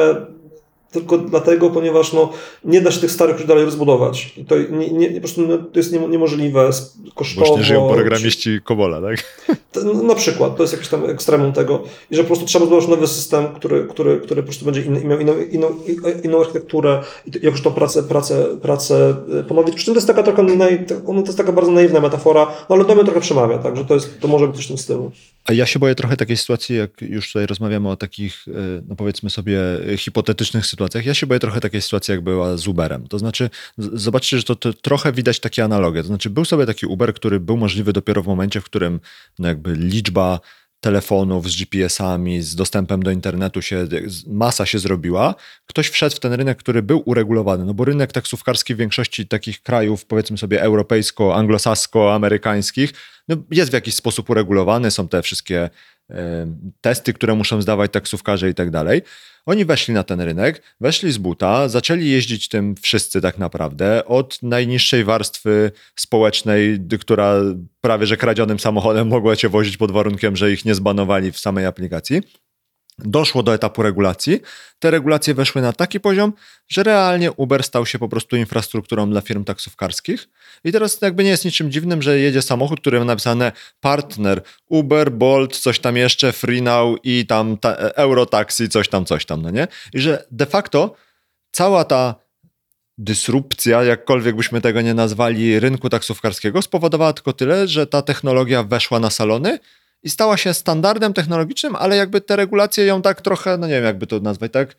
A: tylko dlatego, ponieważ no, nie da się tych starych już dalej rozbudować. I to, nie, nie, po prostu, no, to jest niemożliwe kosztowo.
B: Bo nie żyją programiści Cobola, tak?
A: To, na przykład, to jest jakiś tam ekstremum tego. I że po prostu trzeba zbudować nowy system, który, który, który po prostu będzie inny, miał inną, inną, inną architekturę i jak już tą pracę, pracę, pracę ponowić. Przy czym to jest taka trochę, naj, to jest taka bardzo naiwna metafora, no ale do mnie trochę przemawia, także to, jest, to może być coś w tym stylu.
B: A ja się boję trochę takiej sytuacji, jak już tutaj rozmawiamy o takich, no powiedzmy sobie, hipotetycznych sytuacjach. Ja się boję trochę takiej sytuacji, jak była z Uberem. To znaczy, zobaczcie, że to, to trochę widać takie analogie. To znaczy, był sobie taki Uber, który był możliwy dopiero w momencie, w którym no jakby liczba telefonów z G P S-ami, z dostępem do internetu się, masa się zrobiła. Ktoś wszedł w ten rynek, który był uregulowany, no bo rynek taksówkarski w większości takich krajów, powiedzmy sobie europejsko, anglosasko-amerykańskich, no jest w jakiś sposób uregulowany, są te wszystkie y, testy, które muszą zdawać taksówkarze i tak dalej. Oni weszli na ten rynek, weszli z buta, zaczęli jeździć tym wszyscy tak naprawdę, od najniższej warstwy społecznej, która prawie że kradzionym samochodem mogła cię wozić pod warunkiem, że ich nie zbanowali w samej aplikacji. Doszło do etapu regulacji. Te regulacje weszły na taki poziom, że realnie Uber stał się po prostu infrastrukturą dla firm taksówkarskich. I teraz jakby nie jest niczym dziwnym, że jedzie samochód, który ma napisane partner Uber, Bolt, coś tam jeszcze, FreeNow i tam ta, Eurotaxi, coś tam, coś tam, no nie? I że de facto cała ta dysrupcja, jakkolwiek byśmy tego nie nazwali, rynku taksówkarskiego spowodowała tylko tyle, że ta technologia weszła na salony i stała się standardem technologicznym, ale jakby te regulacje ją tak trochę, no nie wiem jakby to nazwać, tak,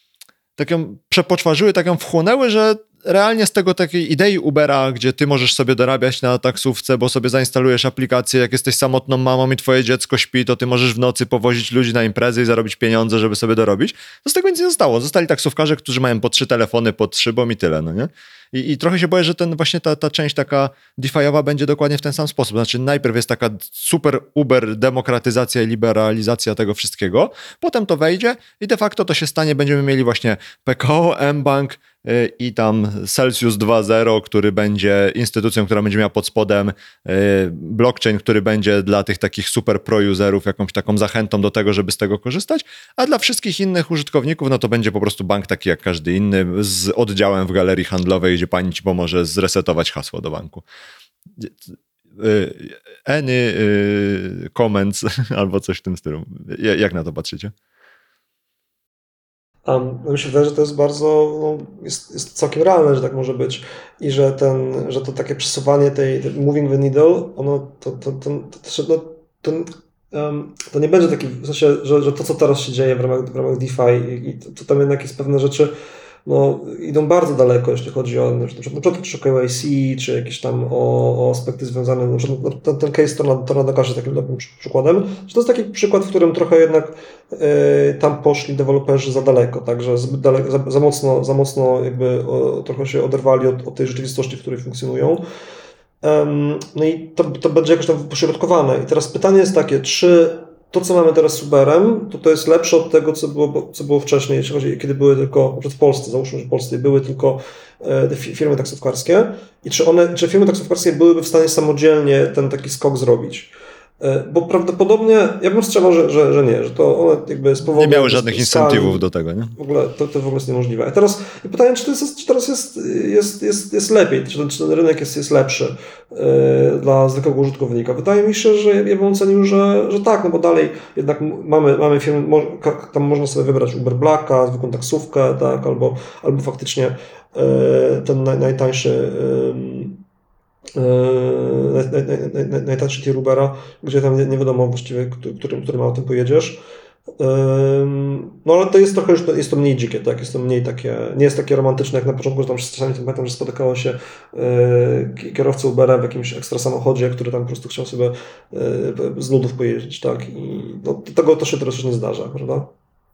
B: tak ją przepoczwarzyły, tak ją wchłonęły, że realnie z tego takiej idei Ubera, gdzie ty możesz sobie dorabiać na taksówce, bo sobie zainstalujesz aplikację, jak jesteś samotną mamą i twoje dziecko śpi, to ty możesz w nocy powozić ludzi na imprezy i zarobić pieniądze, żeby sobie dorobić. To z tego nic nie zostało. Zostali taksówkarze, którzy mają po trzy telefony pod szybą i tyle, no nie? I, I trochę się boję, że ten właśnie ta, ta część taka DeFi'owa będzie dokładnie w ten sam sposób. Znaczy najpierw jest taka super Uber demokratyzacja i liberalizacja tego wszystkiego, potem to wejdzie i de facto to się stanie, będziemy mieli właśnie P K O, mBank yy, i tam Celsius dwa zero, który będzie instytucją, która będzie miała pod spodem yy, blockchain, który będzie dla tych takich super pro-userów jakąś taką zachętą do tego, żeby z tego korzystać, a dla wszystkich innych użytkowników, no to będzie po prostu bank taki jak każdy inny z oddziałem w galerii handlowej, gdzie pani ci pomoże zresetować hasło do banku. Any comments albo coś w tym stylu. Jak na to patrzycie?
A: Um, mi się wydaje, że to jest bardzo, no, jest, jest całkiem realne, że tak może być i że, ten, że to takie przesuwanie tej, tej moving the needle, ono to, to, to, to, to, to, um, to nie będzie taki, w sensie, że, że to, co teraz się dzieje w ramach, w ramach DeFi i, i to, to tam jednak jest pewne rzeczy, no, idą bardzo daleko, jeśli chodzi o na przykład, na przykład czy K Y C, czy jakieś tam o, o aspekty związane, na przykład ten, ten case Tornado Cash jest takim dobrym przykładem, że to jest taki przykład, w którym trochę jednak y, tam poszli deweloperzy za daleko, także zbyt daleko, za, za mocno, za mocno jakby o, trochę się oderwali od, od tej rzeczywistości, w której funkcjonują. Um, no i to, to będzie jakoś tam pośrodkowane. I teraz pytanie jest takie, czy to, co mamy teraz z Uberem, to to jest lepsze od tego, co było, co było wcześniej, jeśli chodzi, kiedy były tylko, na przykład w Polsce, załóżmy, że w Polsce były tylko te firmy taksówkarskie i czy one, czy firmy taksówkarskie byłyby w stanie samodzielnie ten taki skok zrobić. Bo prawdopodobnie, ja bym strzelał, że, że, że nie, że to one jakby z powodu...
B: Nie miały żadnych incentywów do tego, nie?
A: W ogóle, to, to w ogóle jest niemożliwe. A teraz pytanie, czy, to jest, czy teraz jest, jest, jest, jest lepiej, czy ten, czy ten rynek jest, jest lepszy yy, dla zwykłego użytkownika. Wydaje mi się, że ja bym ocenił, że, że tak, no bo dalej jednak mamy, mamy firmy, tam można sobie wybrać Uber Blacka, zwykłą taksówkę, tak, albo, albo faktycznie yy, ten naj, najtańszy yy, Naj, naj, naj, naj, najtańszy tier Ubera, gdzie tam nie, nie wiadomo właściwie, którym, którym autem pojedziesz. No ale to jest trochę już, jest to mniej dzikie, tak? Jest to mniej takie, nie jest takie romantyczne jak na początku, że tam czasami pamiętam, że spotykało się kierowca Ubera w jakimś ekstra samochodzie, który tam po prostu chciał sobie z nudów pojeździć, tak? I no, tego to się teraz już nie zdarza, prawda?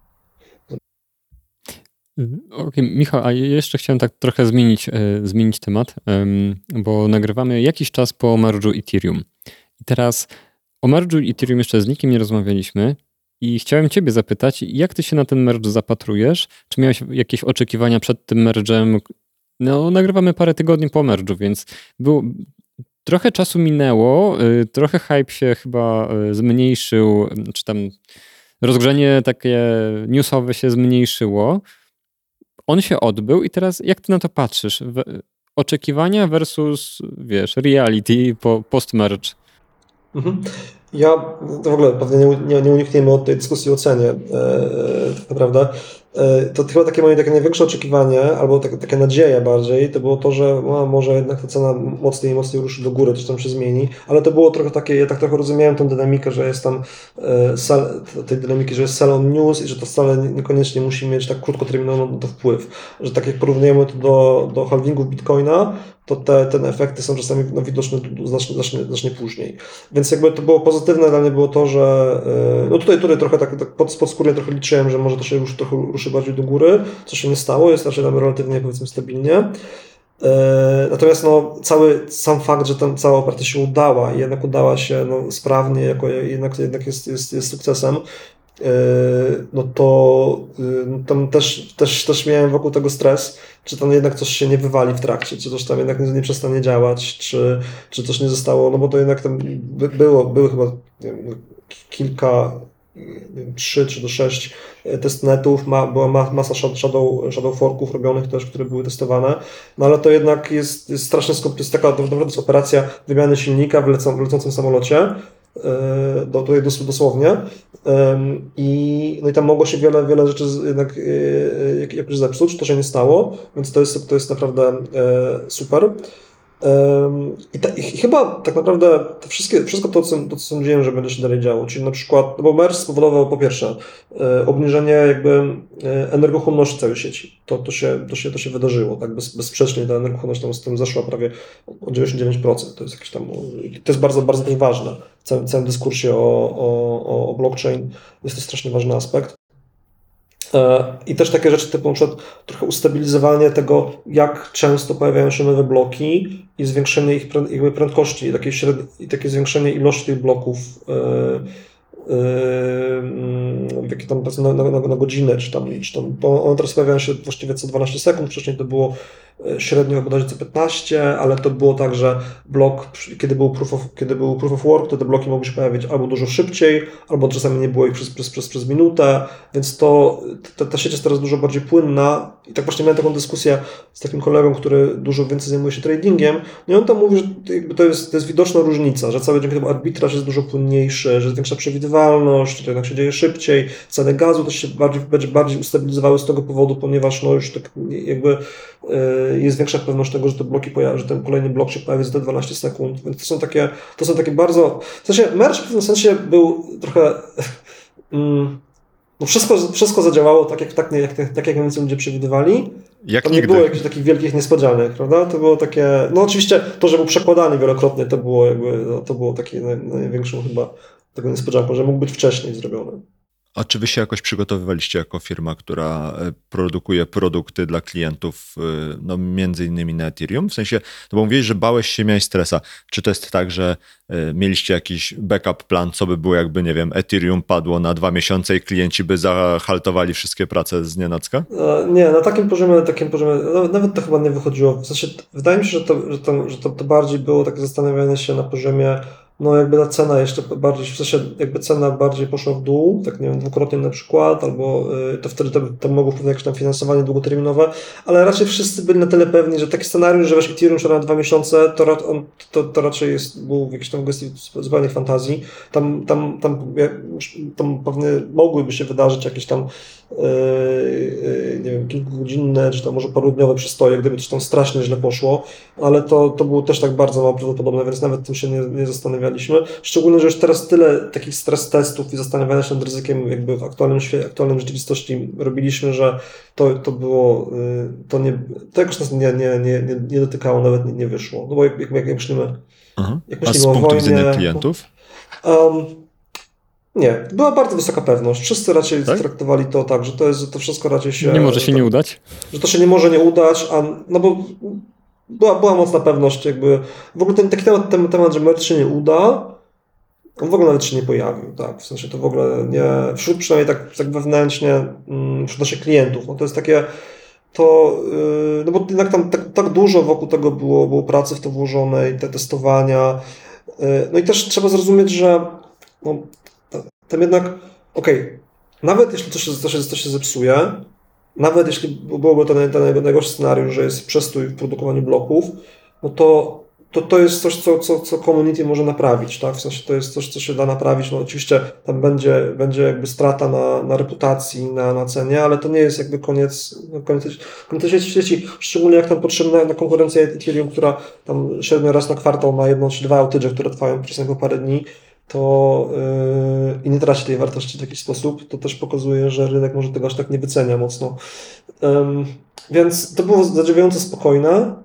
C: Okej, okay, Michał, a jeszcze chciałem tak trochę zmienić, e, zmienić temat, e, bo nagrywamy jakiś czas po merge'u Ethereum. I teraz o merge'u Ethereum jeszcze z nikim nie rozmawialiśmy i chciałem ciebie zapytać, jak ty się na ten merge zapatrujesz? Czy miałeś jakieś oczekiwania przed tym merge'em? No, nagrywamy parę tygodni po merge'u, więc było, trochę czasu minęło, e, trochę hype się chyba e, zmniejszył, czy tam rozgrzenie takie newsowe się zmniejszyło. On się odbył i teraz jak ty na to patrzysz? Oczekiwania versus, wiesz, reality po post-merge.
A: Mhm. Ja to w ogóle pewnie nie, nie, nie unikniemy od tej dyskusji o cenie, e, tak naprawdę. E, to chyba takie moje takie największe oczekiwanie, albo tak, takie nadzieja bardziej, to było to, że no, może jednak ta cena mocniej i mocniej ruszy do góry, coś tam się zmieni, ale to było trochę takie, ja tak trochę rozumiałem tą dynamikę, że jest tam e, sell, tej dynamiki, że jest sell on news i że to wcale niekoniecznie musi mieć tak krótkoterminowy to wpływ, że tak jak porównujemy to do, do halvingu Bitcoina, to te, te efekty są czasami no, widoczne znacznie, znacznie, znacznie później. Więc jakby to było pozytywne dla mnie było to, że no tutaj, tutaj trochę tak, tak pod, podskórnie trochę liczyłem, że może to się ruszy, trochę ruszy bardziej do góry, co się nie stało, jest raczej tam relatywnie powiedzmy stabilnie. Natomiast no, cały sam fakt, że tam cała operacja się udała i jednak udała się no, sprawnie, jako jednak, jednak jest, jest, jest sukcesem, no to tam też, też, też miałem wokół tego stres, czy tam jednak coś się nie wywali w trakcie, czy coś tam jednak nie, nie przestanie działać, czy, czy coś nie zostało, no bo to jednak tam było, były chyba nie wiem, kilka, nie wiem, trzy czy do sześć testnetów, ma, była masa shadow, shadow forków robionych też, które były testowane, no ale to jednak jest, jest strasznie, jest taka naprawdę jest operacja wymiany silnika w, lecą, w lecącym samolocie, do, tutaj dosłownie i, no i tam mogło się wiele, wiele rzeczy jednak jakoś zepsuć, to się nie stało, więc to jest, to jest naprawdę super. I, ta, I chyba tak naprawdę to wszystkie, wszystko to, co, to, co sądziłem, że będzie się dalej działo, czyli na przykład, no bo merge spowodował po pierwsze obniżenie jakby energochłonności całej sieci. To, to, się, to, się, to się wydarzyło, tak bez, bezsprzecznie ta energochłonność tam z tym zeszła prawie o dziewięćdziesiąt dziewięć procent. To jest jakieś tam, to jest bardzo, bardzo też ważne. W całym, całym dyskursie o, o, o blockchain jest to strasznie ważny aspekt. I też takie rzeczy typu na przykład trochę ustabilizowanie tego, jak często pojawiają się nowe bloki i zwiększenie ich jakby prędkości, i takie, średnie, i takie zwiększenie ilości tych bloków w jakie tam na, na, na godzinę, czy tam, czy tam, bo one teraz pojawiają się właściwie co dwanaście sekund, wcześniej to było średnio bodajże co piętnaście, ale to było tak, że blok, kiedy był proof of, kiedy był proof of work, to te bloki mogły się pojawić albo dużo szybciej, albo czasami nie było ich przez, przez, przez, przez minutę, więc to, ta, ta sieć jest teraz dużo bardziej płynna i tak właśnie miałem taką dyskusję z takim kolegą, który dużo więcej zajmuje się tradingiem, no i on tam mówi, że to jest, to jest widoczna różnica, że cały dzięki temu arbitraż jest dużo płynniejszy, że jest większa przewidywalność, że to jednak się dzieje szybciej, ceny gazu też się bardziej, będzie bardziej ustabilizowały z tego powodu, ponieważ no już tak jakby jest większa pewność tego, że te bloki pojawi, że ten kolejny blok się pojawi za te dwanaście sekund, więc to są takie, to są takie bardzo, w sensie merge w pewnym sensie był trochę mm, no wszystko, wszystko zadziałało tak jak, tak, jak, tak, jak więcej ludzie przewidywali.
B: Jak
A: Tam
B: nigdy.
A: nie było jakichś takich wielkich niespodzianek, prawda? To było takie, no oczywiście to, że był przekładany wielokrotnie, to było jakby, no, to było takie naj, największą chyba tego niespodzianką, że mógł być wcześniej zrobiony.
B: A czy wy się jakoś przygotowywaliście jako firma, która produkuje produkty dla klientów, no między innymi na Ethereum? W sensie, no bo mówiłeś, że bałeś się, miałeś stresa. Czy to jest tak, że mieliście jakiś backup plan, co by było jakby, nie wiem, Ethereum padło na dwa miesiące i klienci by zahaltowali wszystkie prace z nienacka?
A: Nie, na takim poziomie, takim poziomie, nawet to chyba nie wychodziło. W sensie, wydaje mi się, że to, że to, że to, to bardziej było takie zastanawianie się na poziomie, no jakby ta cena jeszcze bardziej, w sensie jakby cena bardziej poszła w dół, tak nie wiem, dwukrotnie na przykład, albo to wtedy to, to mogło wpłynąć jakieś tam finansowanie długoterminowe, ale raczej wszyscy byli na tyle pewni, że taki scenariusz, że weź Ethereum na dwa miesiące, to, on, to, to raczej jest, był w jakiejś tam kwestii zupełnie fantazji. Tam, tam, tam, tam pewnie mogłyby się wydarzyć jakieś tam Yy, nie wiem, kilkugodzinne, czy tam może parudniowe przystoje, gdyby coś tam strasznie źle poszło, ale to, to było też tak bardzo mało prawdopodobne, więc nawet tym się nie, nie zastanawialiśmy. Szczególnie, że już teraz tyle takich stres testów i zastanawiania się nad ryzykiem jakby w aktualnym świecie, aktualnej rzeczywistości robiliśmy, że to, to było, to nie, to jakoś nas nie, nie, nie, nie, nie dotykało, nawet nie, nie wyszło. No bo jak, jak, jak myślimy,
B: Aha.
A: jak
B: A
A: myślimy
B: z
A: o
B: punktu
A: wojnie,
B: widzenia klientów?
A: Um, Nie, była bardzo wysoka pewność. Wszyscy raczej
B: tak?
A: traktowali to tak, że to jest, że to wszystko raczej się...
C: Nie może się
A: to,
C: nie udać?
A: Że to się nie może nie udać, a, no bo była, była mocna pewność, jakby w ogóle ten taki temat, ten temat, że merge się nie uda, on w ogóle nawet się nie pojawił, tak, w sensie to w ogóle nie, wśród przynajmniej tak, tak wewnętrznie, wśród naszych klientów, no to jest takie, to, no bo jednak tam tak, tak dużo wokół tego było, było pracy w to włożonej, te testowania, no i też trzeba zrozumieć, że no, tam jednak, okej, okay, nawet jeśli coś, coś, coś się zepsuje, nawet jeśli byłoby to ten najgorszy scenariusz, że jest przestój w produkowaniu bloków, no to to, to jest coś, co, co, co community może naprawić, tak? W sensie to jest coś, co się da naprawić. No oczywiście tam będzie, będzie jakby strata na, na reputacji, na, na cenie, ale to nie jest jakby koniec, koniec, koniec sieci, szczególnie jak tam potrzebna na konkurencja Ethereum, która tam średnio raz na kwartał ma jedno czy dwa outage, które trwają czasem po parę dni, to yy, i nie traci tej wartości w taki sposób, to też pokazuje, że rynek może tego aż tak nie wycenia mocno. Ym, więc to było zadziwiająco spokojne.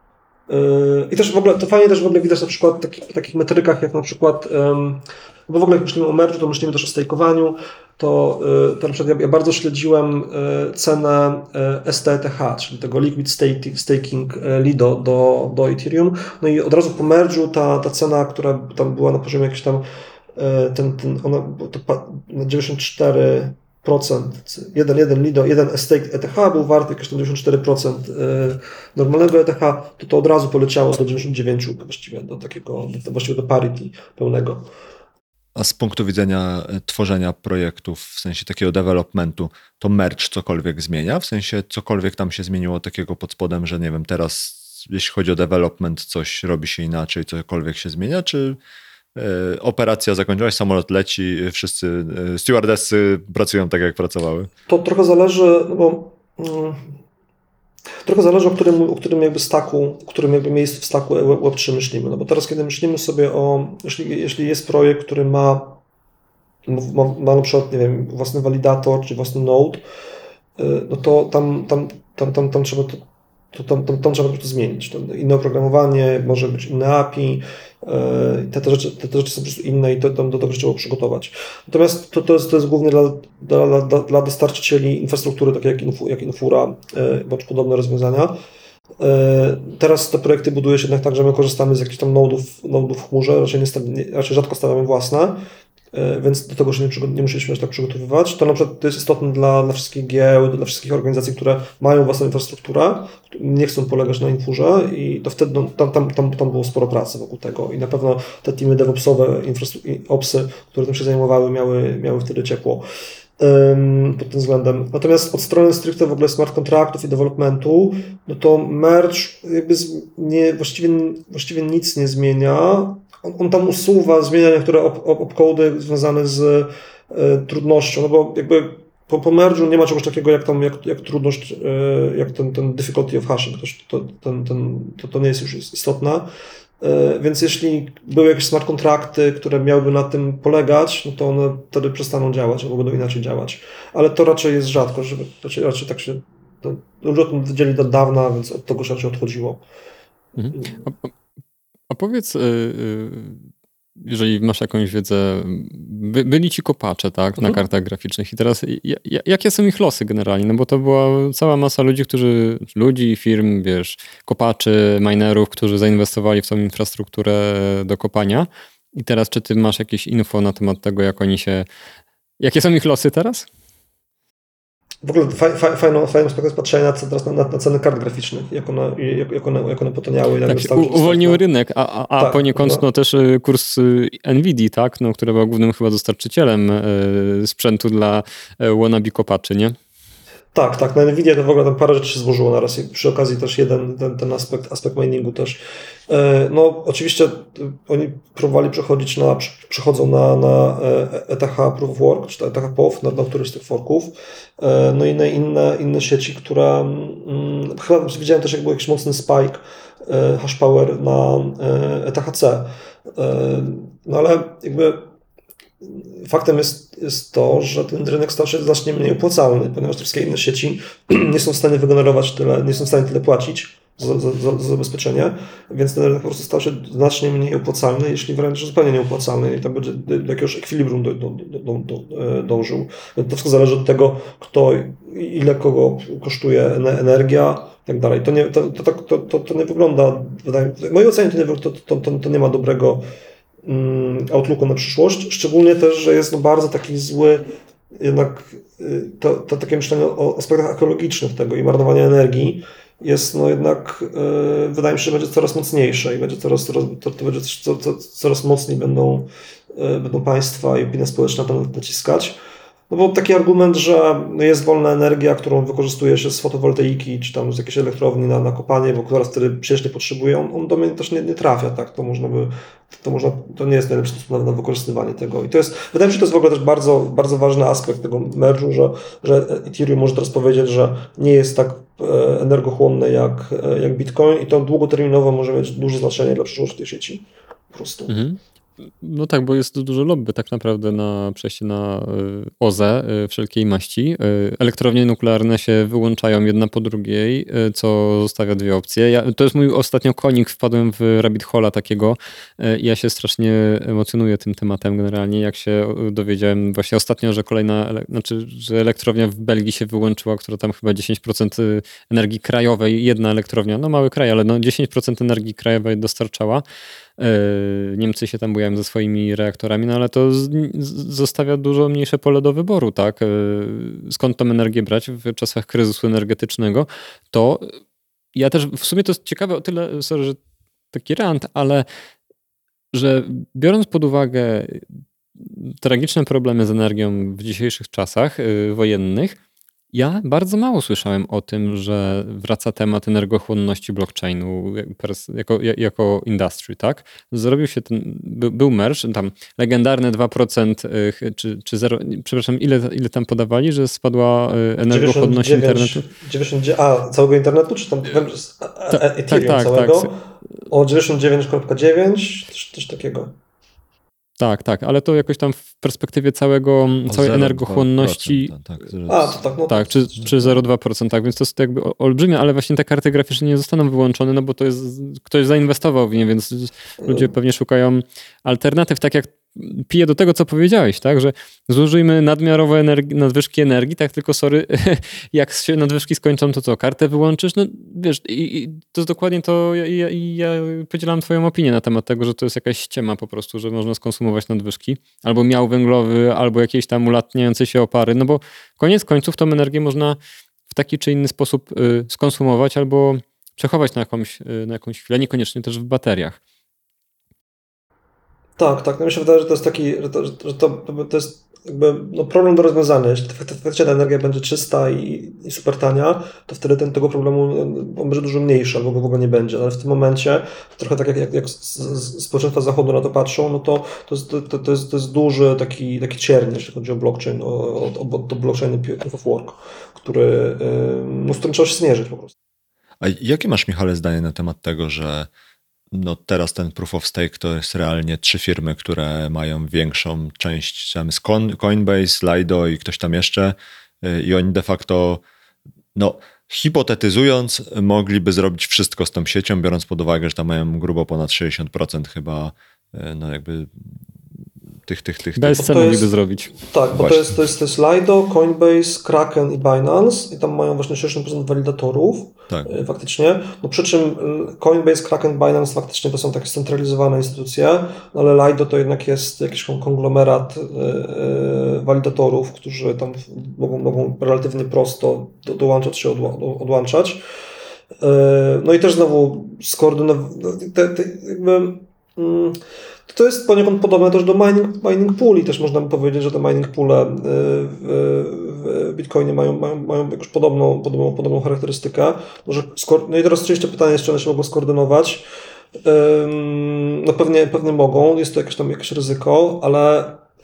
A: I też w ogóle, to fajnie też w ogóle widać na przykład taki, w takich metrykach, jak na przykład, um, bo w ogóle jak myślimy o merge'u, to myślimy też o stake'owaniu, to, to na przykład ja, ja bardzo śledziłem cenę S T E T H, czyli tego Liquid Staking Lido do, do Ethereum, no i od razu po merge'u ta, ta cena, która tam była na poziomie jakieś tam, ten, ten, ona, to dziewięćdziesiąt cztery procent, jeden, jeden Lido, jeden stake E T H był wart jakieś tam dziewięćdziesiąt cztery procent normalnego E T H, to to od razu poleciało do dziewięćdziesiąt dziewięć właściwie, do takiego, do, właściwie do parity pełnego.
B: A z punktu widzenia tworzenia projektów, w sensie takiego developmentu, to merge cokolwiek zmienia? W sensie cokolwiek tam się zmieniło takiego pod spodem, że nie wiem, teraz jeśli chodzi o development, coś robi się inaczej, cokolwiek się zmienia, czy operacja zakończyła się, samolot leci, wszyscy stewardessy pracują tak, jak pracowały?
A: To trochę zależy, no bo mm, trochę zależy, o którym, o którym jakby staku, o którym jakby miejscu w staku web trzy myślimy. No bo teraz, kiedy myślimy sobie o, jeśli, jeśli jest projekt, który ma, ma, ma na przykład, nie wiem, własny walidator, czy własny node, no to tam, tam, tam, tam, tam trzeba to to tam, tam, tam trzeba po prostu zmienić. Inne oprogramowanie, może być inne A P I, te, te, rzeczy, te, te rzeczy są po prostu inne i to, tam do tego trzeba przygotować. Natomiast to, to, jest, to jest głównie dla, dla, dla, dla dostarczycieli infrastruktury, takie jak, Infu, jak Infura, bądź podobne rozwiązania. Teraz te projekty buduje się jednak tak, że my korzystamy z jakichś tam nodów, nodów w chmurze, raczej, nie, raczej rzadko stawiamy własne, więc do tego się nie, nie musieliśmy aż tak przygotowywać. To na przykład to jest istotne dla, dla wszystkich giełd, dla wszystkich organizacji, które mają własną infrastrukturę, nie chcą polegać na infurze i to wtedy no, tam, tam, tam, tam było sporo pracy wokół tego i na pewno te teamy DevOpsowe, opsy, które tym się zajmowały, miały, miały wtedy ciepło um, pod tym względem. Natomiast od strony stricte w ogóle smart contractów i developmentu, no to merge jakby z, nie, właściwie, właściwie nic nie zmienia. On, on tam usuwa zmienia niektóre op, op, opcody związane z e, trudnością, no bo jakby po, po merge'u nie ma czegoś takiego jak, tam, jak, jak trudność, e, jak ten, ten difficulty of hashing, to, to, ten, ten, to, to nie jest już istotne. E, więc jeśli były jakieś smart kontrakty, które miałyby na tym polegać, no to one wtedy przestaną działać albo będą inaczej działać. Ale to raczej jest rzadko, żeby raczej, raczej tak się, to, ludzie o tym wiedzieli do dawna, więc od tego się raczej odchodziło. Mhm.
C: A, a powiedz, jeżeli masz jakąś wiedzę, by, byli ci kopacze, tak, mhm. na kartach graficznych i teraz j- jakie są ich losy generalnie? No bo to była cała masa ludzi, którzy, ludzi, firm, wiesz, kopaczy, minerów, którzy zainwestowali w tą infrastrukturę do kopania i teraz czy ty masz jakieś info na temat tego, jak oni się, jakie są ich losy teraz?
A: W ogóle faj, faj, fajną, fajną sprawą jest patrzenie na, teraz na, na ceny kart graficznych, jak one, jak, jak one, jak one potoniały.
C: Tak, się uwolnił rynek, a, a, a tak, poniekąd no. no, też kurs Nvidii, tak, no, który był głównym chyba dostarczycielem y, sprzętu dla y, wannabe kopaczy, nie?
A: Tak, tak, na Nvidia to w ogóle tam parę rzeczy się złożyło naraz i przy okazji też jeden, ten, ten aspekt, aspekt miningu też. No oczywiście oni próbowali przechodzić na, przechodzą na, na E T H Proof of Work, czy E T H P O W, na, na któryś z tych forków, no i na inne, inne sieci, które hmm, chyba widziałem też, jak był jakiś mocny spike hash power na E T H C, no ale jakby faktem jest, jest to, że ten rynek stał się znacznie mniej opłacalny, ponieważ te wszystkie inne sieci nie są w stanie wygenerować tyle, nie są w stanie tyle płacić za, za, za zabezpieczenie, więc ten rynek po prostu stał się znacznie mniej opłacalny, jeśli wręcz zupełnie nieopłacalny i tam będzie do jakiegoś ekwilibrum do, do, do, do, do, dążył. To wszystko zależy od tego, kto, ile kogo kosztuje energia i tak dalej. To nie, to, to, to, to, to nie wygląda, wydaje, w mojej ocenie to nie, to, to, to, to nie ma dobrego outlooku na przyszłość, szczególnie też, że jest no bardzo taki zły jednak to, to takie myślenie o aspektach ekologicznych tego i marnowania energii jest no jednak yy, wydaje mi się, że będzie coraz mocniejsze i będzie coraz, coraz to, to będzie co, co, coraz mocniej będą, yy, będą państwa i opinia społeczna tam naciskać. No bo taki argument, że jest wolna energia, którą wykorzystuje się z fotowoltaiki, czy tam z jakiejś elektrowni na, na kopanie, bo która wtedy przecież nie potrzebuje, on, on do mnie też nie, nie trafia, tak? To można by, to można, to nie jest najlepszy sposób na, na wykorzystywanie tego. I to jest, wydaje mi się, że to jest w ogóle też bardzo, bardzo ważny aspekt tego merge'u, że, że Ethereum może teraz powiedzieć, że nie jest tak energochłonne jak, jak Bitcoin i to długoterminowo może mieć duże znaczenie dla przyszłości tej sieci. Po prostu.
C: Mhm. No tak, bo jest dużo lobby tak naprawdę na przejście na O Z E wszelkiej maści. Elektrownie nuklearne się wyłączają jedna po drugiej, co zostawia dwie opcje. Ja, to jest mój ostatnio konik, wpadłem w rabbit hole'a takiego i ja się strasznie emocjonuję tym tematem generalnie, jak się dowiedziałem właśnie ostatnio, że kolejna, znaczy, że elektrownia w Belgii się wyłączyła, która tam chyba dziesięć procent energii krajowej, jedna elektrownia, no mały kraj, ale no dziesięć procent energii krajowej dostarczała. Niemcy się tam bujają ze swoimi reaktorami, no ale to z, z, zostawia dużo mniejsze pole do wyboru, tak? Skąd tą energię brać w czasach kryzysu energetycznego? To ja też, w sumie to jest ciekawe o tyle, sorry, że taki rant, ale że biorąc pod uwagę tragiczne problemy z energią w dzisiejszych czasach wojennych, ja bardzo mało słyszałem o tym, że wraca temat energochłonności blockchainu jako, jako industry, tak? Zrobił się ten, był, był merge, tam legendarne dwa procent czy, czy zero, przepraszam, ile, ile tam podawali, że spadła energochłonność internetu?
A: dziewięćdziesiąt dziewięć, a, całego internetu, czy tam
C: Ta,
A: Ethereum
C: tak, tak,
A: całego?
C: Tak.
A: O dziewięćdziesiąt dziewięć przecinek dziewięć, coś, coś takiego.
C: Tak, tak, ale to jakoś tam w perspektywie całego, całej energochłonności.
B: Tak,
A: A, to tak, no
C: tak,
A: to,
C: czy, czy zero przecinek dwa procent, tak, więc to jest jakby olbrzymie, ale właśnie te karty graficzne nie zostaną wyłączone, no bo to jest, ktoś zainwestował w nie, więc ludzie pewnie szukają alternatyw, tak jak piję do tego, co powiedziałeś, tak, że zużyjmy nadmiarowe energii, nadwyżki energii, tak, tylko sorry, jak się nadwyżki skończą, to co, kartę wyłączysz? No wiesz, i, i to jest dokładnie to, ja, ja, ja podzielam twoją opinię na temat tego, że to jest jakaś ściema po prostu, że można skonsumować nadwyżki, albo miał węglowy, albo jakieś tam ulatniające się opary, no bo koniec końców tą energię można w taki czy inny sposób y, skonsumować, albo przechować na jakąś, y, na jakąś chwilę, niekoniecznie też w bateriach.
A: Tak, tak. No mi się wydaje, że to jest taki, że to, że to, to jest jakby no problem do rozwiązania. Jeśli faktycznie ta energia będzie czysta i, i super tania, to wtedy ten, tego problemu on będzie dużo mniejszy, albo go w ogóle nie będzie. Ale w tym momencie, trochę tak jak, jak, jak społeczeństwa zachodu na to patrzą, no to, to, jest, to, to, jest, to jest duży taki, taki cierń, jeśli chodzi o blockchain, o, o, o, o blockchain Proof of Work, który, no, z którym trzeba się zmierzyć po prostu.
B: A jakie masz, Michale, zdanie na temat tego, że no teraz ten proof of stake to jest realnie trzy firmy, które mają większą część, tam jest Coinbase, Lido i ktoś tam jeszcze i oni de facto, no hipotetyzując, mogliby zrobić wszystko z tą siecią, biorąc pod uwagę, że tam mają grubo ponad sześćdziesiąt procent chyba, no jakby tych, tych, tych.
C: Bez
B: tych...
C: cen mogliby zrobić.
A: Tak, bo to jest, to, jest, to jest Lido, Coinbase, Kraken i Binance i tam mają właśnie sześćdziesiąt procent walidatorów tak. faktycznie. No przy czym Coinbase, Kraken, Binance faktycznie to są takie scentralizowane instytucje, no ale Lido to jednak jest jakiś konglomerat yy, walidatorów, którzy tam mogą, mogą relatywnie prosto do, dołączać się, odła, do, odłączać. Yy, no i też znowu skoordynować, te, te, jakby... Yy, To jest poniekąd podobne też do mining, mining pooli. Też można by powiedzieć, że te mining poole w, w Bitcoinie mają, mają, mają jakąś podobną, podobną, podobną charakterystykę. Może no i teraz oczywiście pytanie jest, czy one się mogą skoordynować. No pewnie, pewnie mogą, jest to jakieś tam jakieś ryzyko, ale,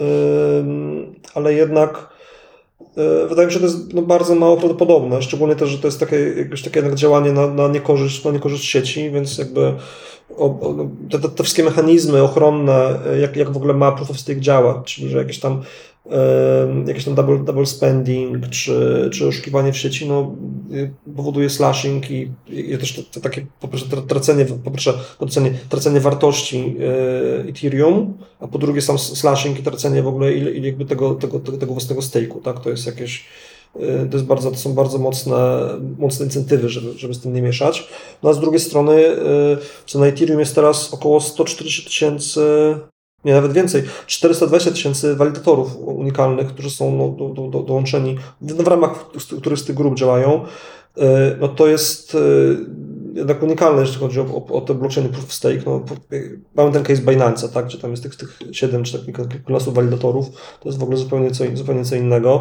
A: ale jednak wydaje mi się, że to jest no, bardzo mało prawdopodobne, szczególnie też, że to jest takie, jakieś takie jednak działanie na, na, niekorzyść, na niekorzyść sieci, więc jakby o, o, te, te wszystkie mechanizmy ochronne, jak, jak w ogóle ma Proof of Stake działać, czyli że jakieś tam, e, jakieś tam double, double spending, czy, czy oszukiwanie w sieci, no, powoduje slashing i, i też to, to takie po pierwsze tracenie, po pierwsze tracenie, tracenie wartości e, Ethereum, a po drugie sam slashing i tracenie w ogóle i, i jakby tego, tego, tego, tego własnego stake'u, tak, to jest jakieś To, jest bardzo, to są bardzo mocne, mocne incentywy, żeby, żeby z tym nie mieszać. No a z drugiej strony co na Ethereum jest teraz około sto czterdzieści tysięcy, nie, nawet więcej, czterysta dwadzieścia tysięcy walidatorów unikalnych, którzy są no, do, do, do, dołączeni w ramach których z tych grup działają. No to jest jednak unikalne, jeśli chodzi o, o, o te blockchainy proof of stake. No, mamy ten case Binance'a, tak, gdzie tam jest tych, tych siedem czy tak kilku klasów walidatorów. To jest w ogóle zupełnie co, zupełnie co innego.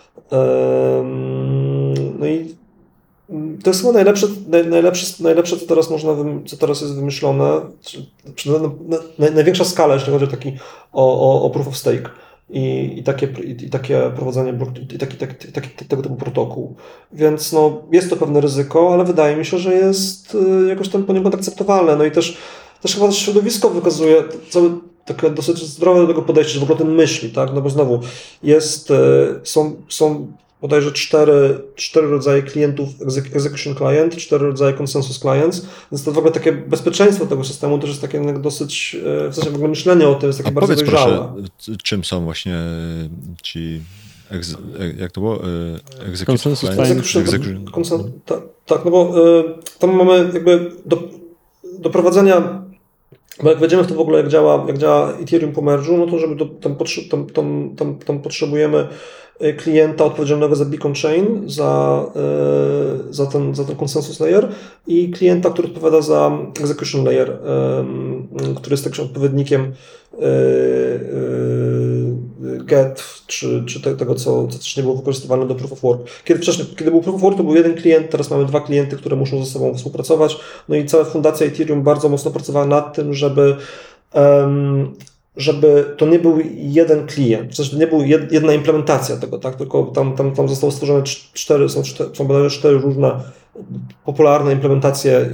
A: No i to jest chyba najlepsze, najlepsze, najlepsze co teraz można, co teraz jest wymyślone, czy, naj, największa skala, jeśli chodzi o taki o, o, o proof of stake i, i, takie, i, i takie prowadzenie i taki, taki, taki, tego typu protokół. Więc no, jest to pewne ryzyko, ale wydaje mi się, że jest jakoś tam poniekąd akceptowalne. No i też, też chyba środowisko wykazuje całe takie dosyć zdrowe do tego podejście, że w ogóle ten myśli, tak? No bo znowu jest, są, są bodajże cztery, cztery rodzaje klientów execution client, cztery rodzaje consensus clients, więc to w ogóle takie bezpieczeństwo tego systemu też jest takie dosyć, w sensie w ogóle myślenie o tym jest takie
B: A
A: bardzo
B: powiedz
A: dojrzałe.
B: Proszę, czym są właśnie ci, ex, jak to było? Execution
C: Consensus
B: client?
A: Execution,
B: Execution.
A: konsen, tak, tak, no bo y, tam mamy jakby do, do prowadzenia, bo jak wejdziemy w to w ogóle, jak działa, jak działa Ethereum po merge'u, no to żeby do, tam, tam, tam, tam, tam potrzebujemy klienta odpowiedzialnego za beacon chain, za, yy, za, ten, za ten consensus layer i klienta, który odpowiada za execution layer, yy, który jest takim odpowiednikiem yy, yy, get, czy, czy te, tego, co, co też nie było wykorzystywane do proof of work. Kiedy, wcześniej, kiedy był proof of work, to był jeden klient, teraz mamy dwa klienty, które muszą ze sobą współpracować. No i cała fundacja Ethereum bardzo mocno pracowała nad tym, żeby um, żeby to nie był jeden klient, w sensie to nie była jedna implementacja tego, tak? Tylko tam, tam, tam zostało stworzone cztery, są, cztery, są bodajże cztery różne popularne implementacje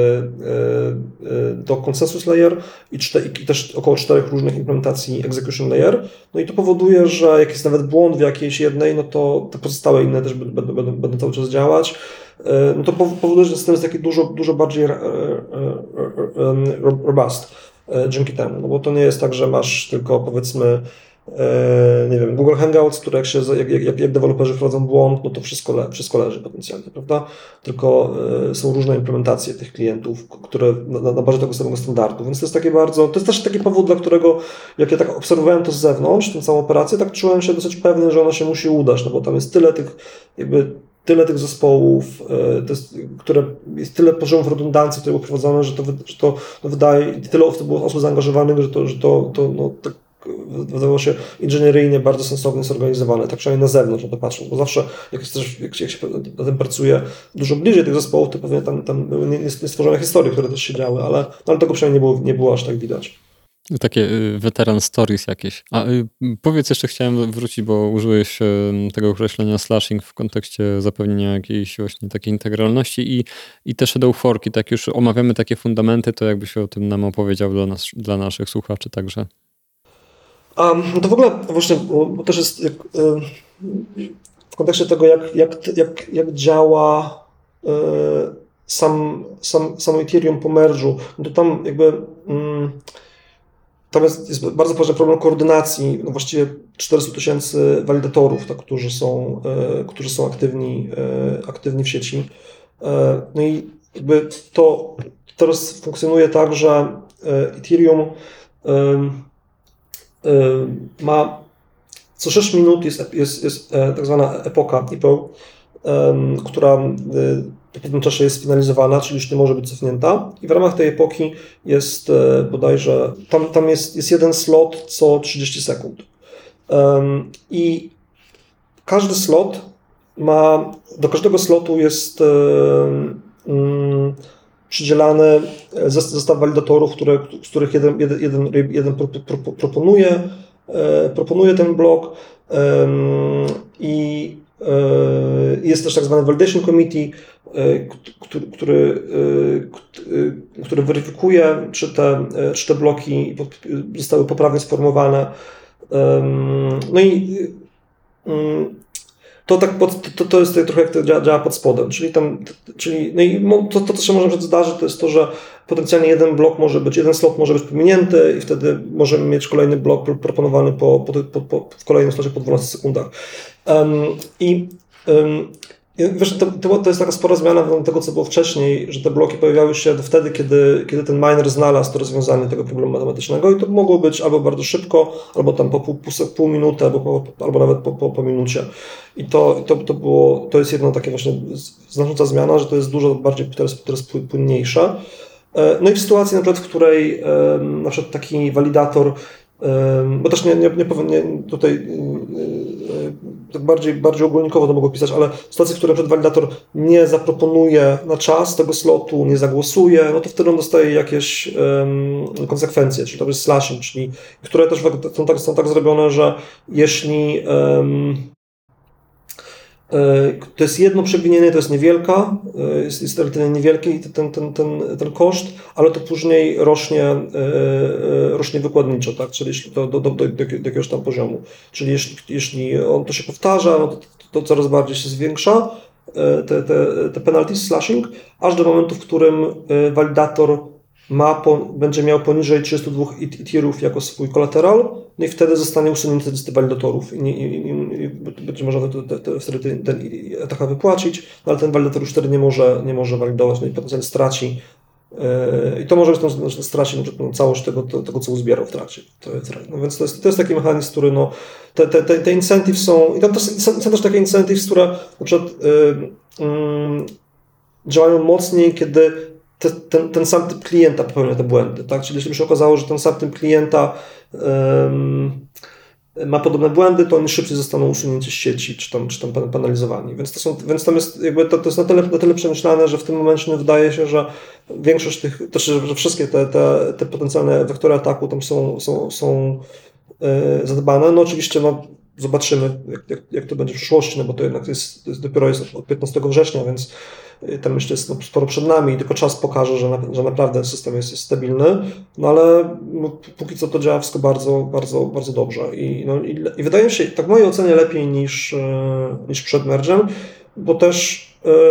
A: do consensus layer i, cztery, i też około czterech różnych implementacji execution layer. No i to powoduje, że jak jest nawet błąd w jakiejś jednej, no to te pozostałe inne też będą, będą, będą cały czas działać. No to powoduje, że system jest taki dużo, dużo bardziej robust dzięki temu, no bo to nie jest tak, że masz tylko powiedzmy nie wiem, Google Hangouts, które jak, się, jak, jak, jak deweloperzy wprowadzą błąd, no to wszystko, le, wszystko leży potencjalnie, prawda? Tylko y, są różne implementacje tych klientów, które na, na bazie tego samego standardu, więc to jest takie bardzo, to jest też taki powód, dla którego jak ja tak obserwowałem to z zewnątrz, tę całą operację, tak czułem się dosyć pewny, że ona się musi udać, no bo tam jest tyle tych jakby tyle tych zespołów, to jest, które jest tyle poziomów redundancji tutaj uprowadzone, że to, że to no wydaje, tyle osób było osób zaangażowanych, że to, że to, to no, tak wydawało się inżynieryjnie bardzo sensownie zorganizowane, tak przynajmniej na zewnątrz na to patrzą, bo zawsze jak, jest też, jak, się, jak się na tym pracuje dużo bliżej tych zespołów, to pewnie tam, tam były niestworzone historie, które też się działy, ale, ale tego przynajmniej nie było, nie było aż tak widać.
C: Takie y, veteran stories jakieś. A y, powiedz, jeszcze chciałem wrócić, bo użyłeś y, tego określenia slashing w kontekście zapewnienia jakiejś właśnie takiej integralności i, i te shadow forki, tak już omawiamy takie fundamenty, to jakbyś o tym nam opowiedział dla nas, dla naszych słuchaczy także.
A: Um, no to w ogóle właśnie, bo też jest jak, y, w kontekście tego, jak, jak, jak, jak działa y, sam, sam, sam Ethereum po merge'u, no to tam jakby y, tam jest, jest bardzo poważny problem koordynacji, no właściwie czterysta tysięcy walidatorów, tak, którzy są, y, którzy są aktywni, y, aktywni w sieci. Y, no i jakby to teraz funkcjonuje tak, że y, Ethereum y, ma co sześć minut jest, jest, jest tak zwana epoka E P O, która w pewnym czasie jest finalizowana, czyli już nie może być cofnięta i w ramach tej epoki jest bodajże, tam, tam jest, jest jeden slot co trzydzieści sekund i każdy slot ma, do każdego slotu jest um, przydzielany zestaw walidatorów, które, z których jeden, jeden, jeden, jeden pro, pro, pro, proponuje, e, proponuje ten blok e, i e, jest też tak zwany validation committee, e, który, który, e, który weryfikuje, czy te, czy te bloki zostały poprawnie sformułowane. E, no i e, To, tak pod, to, to jest trochę jak to działa, działa pod spodem, czyli tam, czyli, no i to, to, co się może zdarzyć, to jest to, że potencjalnie jeden blok może być, jeden slot może być pominięty i wtedy możemy mieć kolejny blok proponowany po, po, po, po, w kolejnym slocie po dwunastu sekundach. Um, I um, Wiesz, to, to jest taka spora zmiana względem tego, co było wcześniej, że te bloki pojawiały się wtedy, kiedy, kiedy ten miner znalazł to rozwiązanie tego problemu matematycznego i to mogło być albo bardzo szybko, albo tam po pół, pół, pół minuty, albo, po, albo nawet po, po, po minucie. I to, to, to, było, to jest jedna taka właśnie znacząca zmiana, że to jest dużo bardziej teraz, teraz płynniejsze. No i w sytuacji, na przykład, w której na przykład taki walidator, bo też nie, nie, nie powiem tutaj tak bardziej, bardziej ogólnikowo to mogę pisać, ale w sytuacji, w której na przykład walidator nie zaproponuje na czas tego slotu, nie zagłosuje, no to wtedy on dostaje jakieś um, konsekwencje, czyli to jest slashing, czyli które też są tak, są tak zrobione, że jeśli um, to jest jedno przewinienie, to jest niewielka, jest, jest relatywnie niewielki ten, ten, ten, ten koszt, ale to później rośnie, rośnie wykładniczo, tak? Czyli jeśli to do, do, do, do jakiegoś tam poziomu. Czyli jeśli, jeśli on to się powtarza, no to, to coraz bardziej się zwiększa te, te, te penalty slashing, aż do momentu, w którym walidator ma po, będzie miał poniżej trzydziestu dwóch ethereów jako swój kolateral, no i wtedy zostanie usunięty z listy walidatorów i, i, i, i będzie można te, te, wtedy ten, ten E T H wypłacić, no ale ten walidator już wtedy nie może, nie może walidować, no i potencjalnie straci. Yy, I to może być, no, straci no, całość tego, to, tego, co uzbierał w trakcie. To jest, no więc to jest, to jest taki mechanizm, który no, te, te, te, te incentives są, i tam też, są też takie incentives, które na przykład yy, yy, działają mocniej, kiedy Te, ten, ten sam typ klienta popełnia te błędy, tak? Czyli jeśli by się okazało, że ten sam typ klienta um, ma podobne błędy, to oni szybciej zostaną usunięci z sieci, czy tam, czy tam penalizowani. Więc, to są, więc tam jest, jakby to, to jest na tyle, na tyle przemyślane, że w tym momencie no, wydaje się, że większość tych, to znaczy, że wszystkie te, te, te potencjalne wektory ataku tam są, są, są yy, zadbane. No oczywiście no, zobaczymy, jak, jak, jak to będzie w przyszłości, no bo to jednak jest, jest dopiero jest od piętnastego września, więc tam jeszcze jest no, sporo przed nami i tylko czas pokaże, że, na, że naprawdę system jest, jest stabilny, no ale no, póki co to działa wszystko bardzo, bardzo, bardzo dobrze i, no, i, i wydaje mi się, tak w mojej ocenie lepiej niż, niż przed mergem, bo też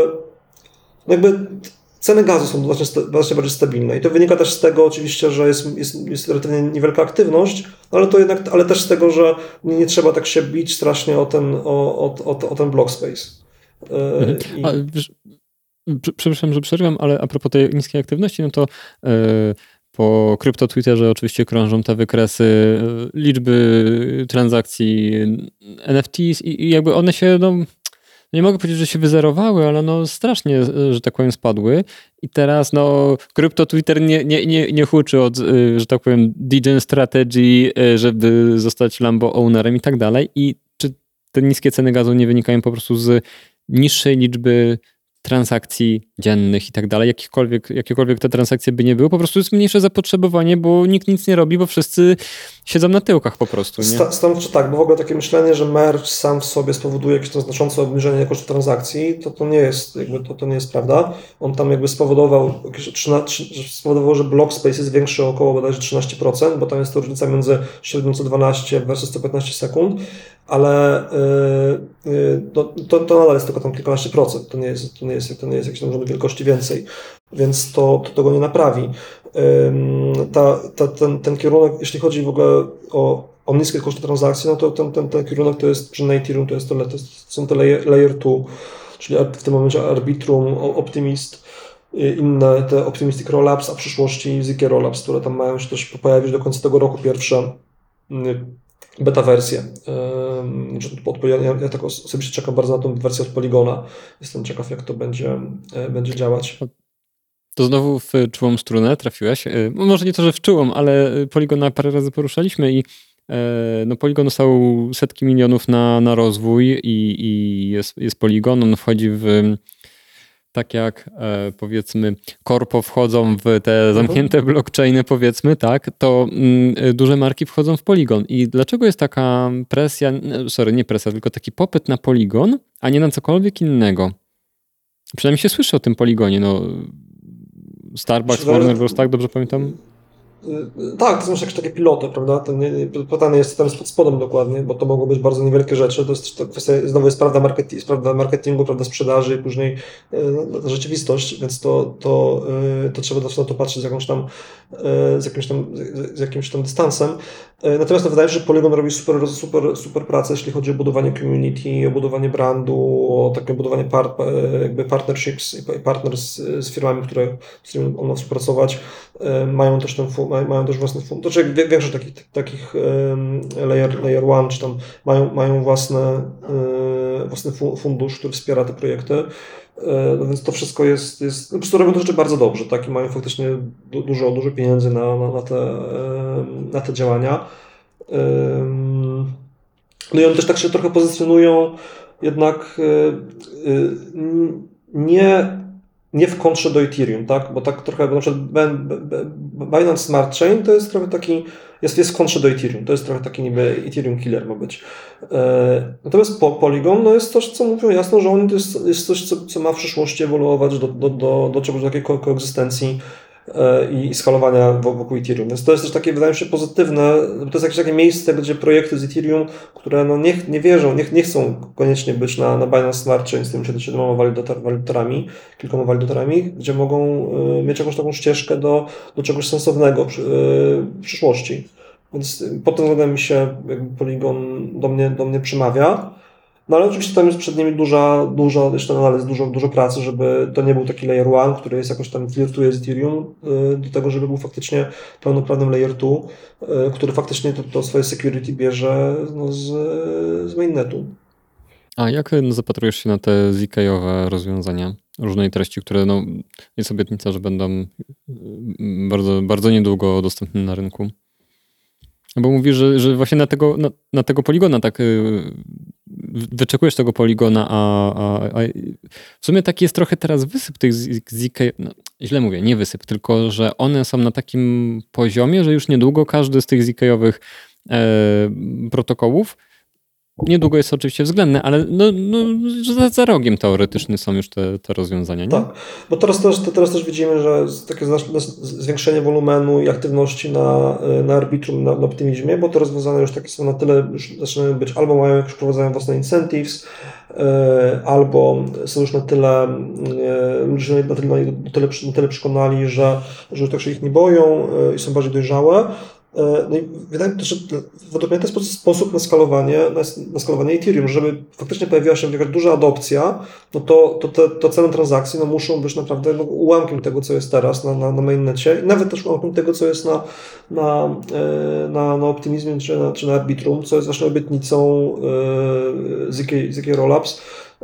A: no jakby ceny gazu są znacznie, znacznie bardziej stabilne i to wynika też z tego oczywiście, że jest, jest, jest relatywnie niewielka aktywność, ale to jednak, ale też z tego, że nie, nie trzeba tak się bić strasznie o ten, o, o, o, o ten block space.
C: Mhm.
A: I...
C: A, wiesz, przepraszam, że przerwam, ale a propos tej niskiej aktywności, no to yy, po krypto Twitterze oczywiście krążą te wykresy yy, liczby transakcji N F Ts i, i jakby one się, no nie mogę powiedzieć, że się wyzerowały, ale no strasznie, że tak powiem, spadły i teraz no krypto Twitter nie, nie, nie, nie huczy od, yy, że tak powiem, degen strategy, yy, żeby zostać Lambo ownerem i tak dalej i czy te niskie ceny gazu nie wynikają po prostu z niższej liczby transakcji dziennych i tak dalej, jakiekolwiek, jakiekolwiek te transakcje by nie były, po prostu jest mniejsze zapotrzebowanie, bo nikt nic nie robi, bo wszyscy siedzą na tyłkach po prostu. Nie?
A: Sta- Stanowczo tak, bo w ogóle takie myślenie, że merge sam w sobie spowoduje jakieś to znaczące obniżenie kosztu transakcji, to to nie jest, jakby to, to nie jest prawda. On tam jakby spowodował, spowodował, że block space jest większy o około bodajże trzynaście procent, bo tam jest to różnica między średnią sto dwanaście versus sto piętnaście sekund, ale yy, yy, to, to, to nadal jest tylko tam kilkanaście procent, to nie jest, to nie jest, to nie jest jakieś tam rzędu wielkości więcej, więc to, to tego nie naprawi. Yy, ta, ta, ten, ten kierunek, jeśli chodzi w ogóle o, o niskie koszty transakcji, no to ten, ten, ten kierunek to jest, przy Ethereum to, jest to, to jest, są te layer, layer dwa, czyli w tym momencie Arbitrum, Optimist, inne te Optimistic Rollups, a w przyszłości Z K Rollups, które tam mają się też pojawić do końca tego roku pierwsze beta wersję. Ja, ja, ja tak osobiście czekam bardzo na tą wersję od Polygona. Jestem ciekaw, jak to będzie, będzie działać.
C: To znowu w czułą strunę trafiłeś. Może nie to, że w czułą, ale Polygona parę razy poruszaliśmy i no Polygon dostał setki milionów na, na rozwój i, i jest, jest Polygon. On wchodzi w tak jak e, powiedzmy korpo wchodzą w te zamknięte blockchainy powiedzmy, tak, to mm, duże marki wchodzą w Polygon. I dlaczego jest taka presja, sorry, nie presja, tylko taki popyt na Polygon, a nie na cokolwiek innego? Przynajmniej się słyszy o tym Polygonie, no Starbucks, Warner Bros., tak, dobrze pamiętam?
A: Tak, to są jakieś takie piloty, prawda? To nie, nie, pytanie jest, co tam jest pod spodem dokładnie, bo to mogą być bardzo niewielkie rzeczy. To jest to kwestia, znowu jest prawda marketingu, prawda marketingu, prawda sprzedaży i później no, rzeczywistość, więc to, to, to trzeba na to patrzeć z jakąś tam, z jakimś tam, z jakimś tam dystansem. Natomiast no, wydaje mi się, że Polygon robi super, super, super pracę, jeśli chodzi o budowanie community, o budowanie brandu, o takie budowanie par, jakby partnerships i partners z firmami, które, z którymi on ma współpracować. Mają też ten, mają też własny fundusz, to znaczy większość takich, takich layer, layer one, czy tam mają, mają własne, własny fundusz, który wspiera te projekty. No więc to wszystko jest, jest no po prostu robią to rzeczy bardzo dobrze, tak? I mają faktycznie dużo, dużo pieniędzy na, na, na, te, na te działania. No i one też tak się trochę pozycjonują jednak nie, nie w kontrze do Ethereum, tak? Bo tak trochę, na przykład Binance Smart Chain to jest trochę taki, jest, jest w kontrze do Ethereum, to jest trochę taki niby Ethereum killer ma być. Natomiast Polygon no jest coś, co mówią jasno, że on jest, jest coś, co, co ma w przyszłości ewoluować do, do, do, do czegoś takiej ko- koegzystencji i skalowania wokół Ethereum. Więc to jest też takie, wydaje mi się, pozytywne, to jest jakieś takie miejsce, gdzie projekty z Ethereum, które no nie, nie wierzą, nie, nie chcą koniecznie być na, na Binance Smart Chain z tymi siedmioma walidatorami, kilkoma walidatorami, gdzie mogą mieć jakąś taką ścieżkę do, do czegoś sensownego w, w przyszłości. Więc pod tym względem mi się jakby Polygon do mnie, do mnie przemawia. No ale oczywiście tam jest przed nimi duża, duża jeszcze analiz, dużo, dużo pracy, żeby to nie był taki layer one, który jest jakoś tam flirtuje z Ethereum, do tego, żeby był faktycznie pełnoprawnym layer two, który faktycznie to, to swoje security bierze no, z, z mainnetu.
C: A jak zapatrujesz się na te Z K-owe rozwiązania różnej treści, które no, jest obietnica, że będą bardzo, bardzo niedługo dostępne na rynku? Bo mówisz, że, że właśnie na tego, na, na tego poligona tak yy, wyczekujesz tego poligona, a, a, a w sumie taki jest trochę teraz wysyp tych Z K, no, źle mówię, nie wysyp, tylko że one są na takim poziomie, że już niedługo każdy z tych Z K-owych e, protokołów, niedługo jest oczywiście względne, ale no, no, za, za rogiem teoretycznie są już te, te rozwiązania, nie?
A: Tak, bo teraz też, teraz też widzimy, że takie zwiększenie wolumenu i aktywności na, na Arbitrum, na, na Optimizmie, bo te rozwiązania już takie są na tyle, już zaczynają być, albo mają jakieś wprowadzają własne incentives, albo są już na tyle, ludzie na tyle, na tyle, na tyle przekonali, że, że już tak się ich nie boją i są bardziej dojrzałe. No i wydaje mi się, że według mnie to jest sposób na skalowanie, na, na skalowanie Ethereum, żeby faktycznie pojawiła się jakaś duża adopcja, no to, to te to ceny transakcji no muszą być naprawdę no, ułamkiem tego, co jest teraz na, na, na mainnecie i nawet też ułamkiem tego, co jest na, na, na, na Optimizmie czy na, czy na Arbitrum, co jest właśnie obietnicą Z K, Z K Rollups,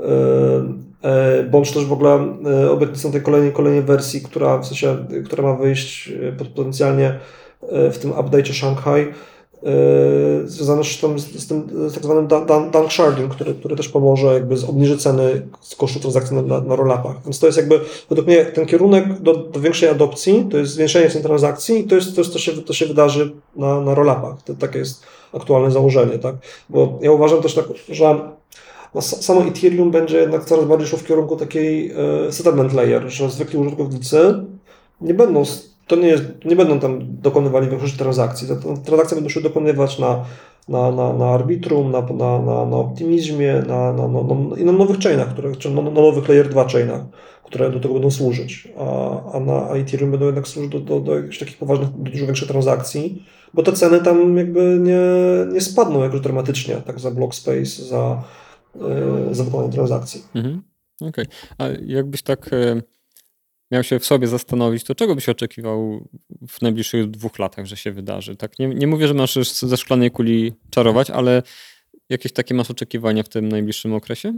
A: bądź też w ogóle obietnicą tej kolejnej, kolejnej wersji, która w sensie, która ma wyjść potencjalnie w tym update'cie Shanghai, yy, związane z tym, z tym z tak zwanym dunk sharding, który, który też pomoże jakby obniży ceny z kosztu transakcji na, na, na roll-upach. Więc to jest jakby według mnie ten kierunek do, do większej adopcji, to jest zwiększenie cen transakcji i to jest to, jest, to, się, to się wydarzy na, na roll-upach. To, takie jest aktualne założenie, tak? Bo ja uważam też tak, że no, samo Ethereum będzie jednak coraz bardziej szło w kierunku takiej e, settlement layer, że zwykli użytkownicy nie będą To nie, jest, nie będą tam dokonywali większości transakcji. Te transakcje będą się dokonywać na, na, na, na Arbitrum, na, na, na, na Optimizmie na, na, na, na, i na nowych chainach, które, czy na, na nowych Layer dwa chainach, które do tego będą służyć. A, a na Ethereum będą jednak służyć do, do, do jakichś takich poważnych, do dużo większych transakcji, bo te ceny tam jakby nie, nie spadną jakoś dramatycznie, tak za block space, za, yy, za wykonanie transakcji.
C: Mhm. Okej. A jakbyś tak miał się w sobie zastanowić, to czego byś oczekiwał w najbliższych dwóch latach, że się wydarzy? Tak, nie, nie mówię, że masz już ze szklanej kuli czarować, ale jakieś takie masz oczekiwania w tym najbliższym okresie?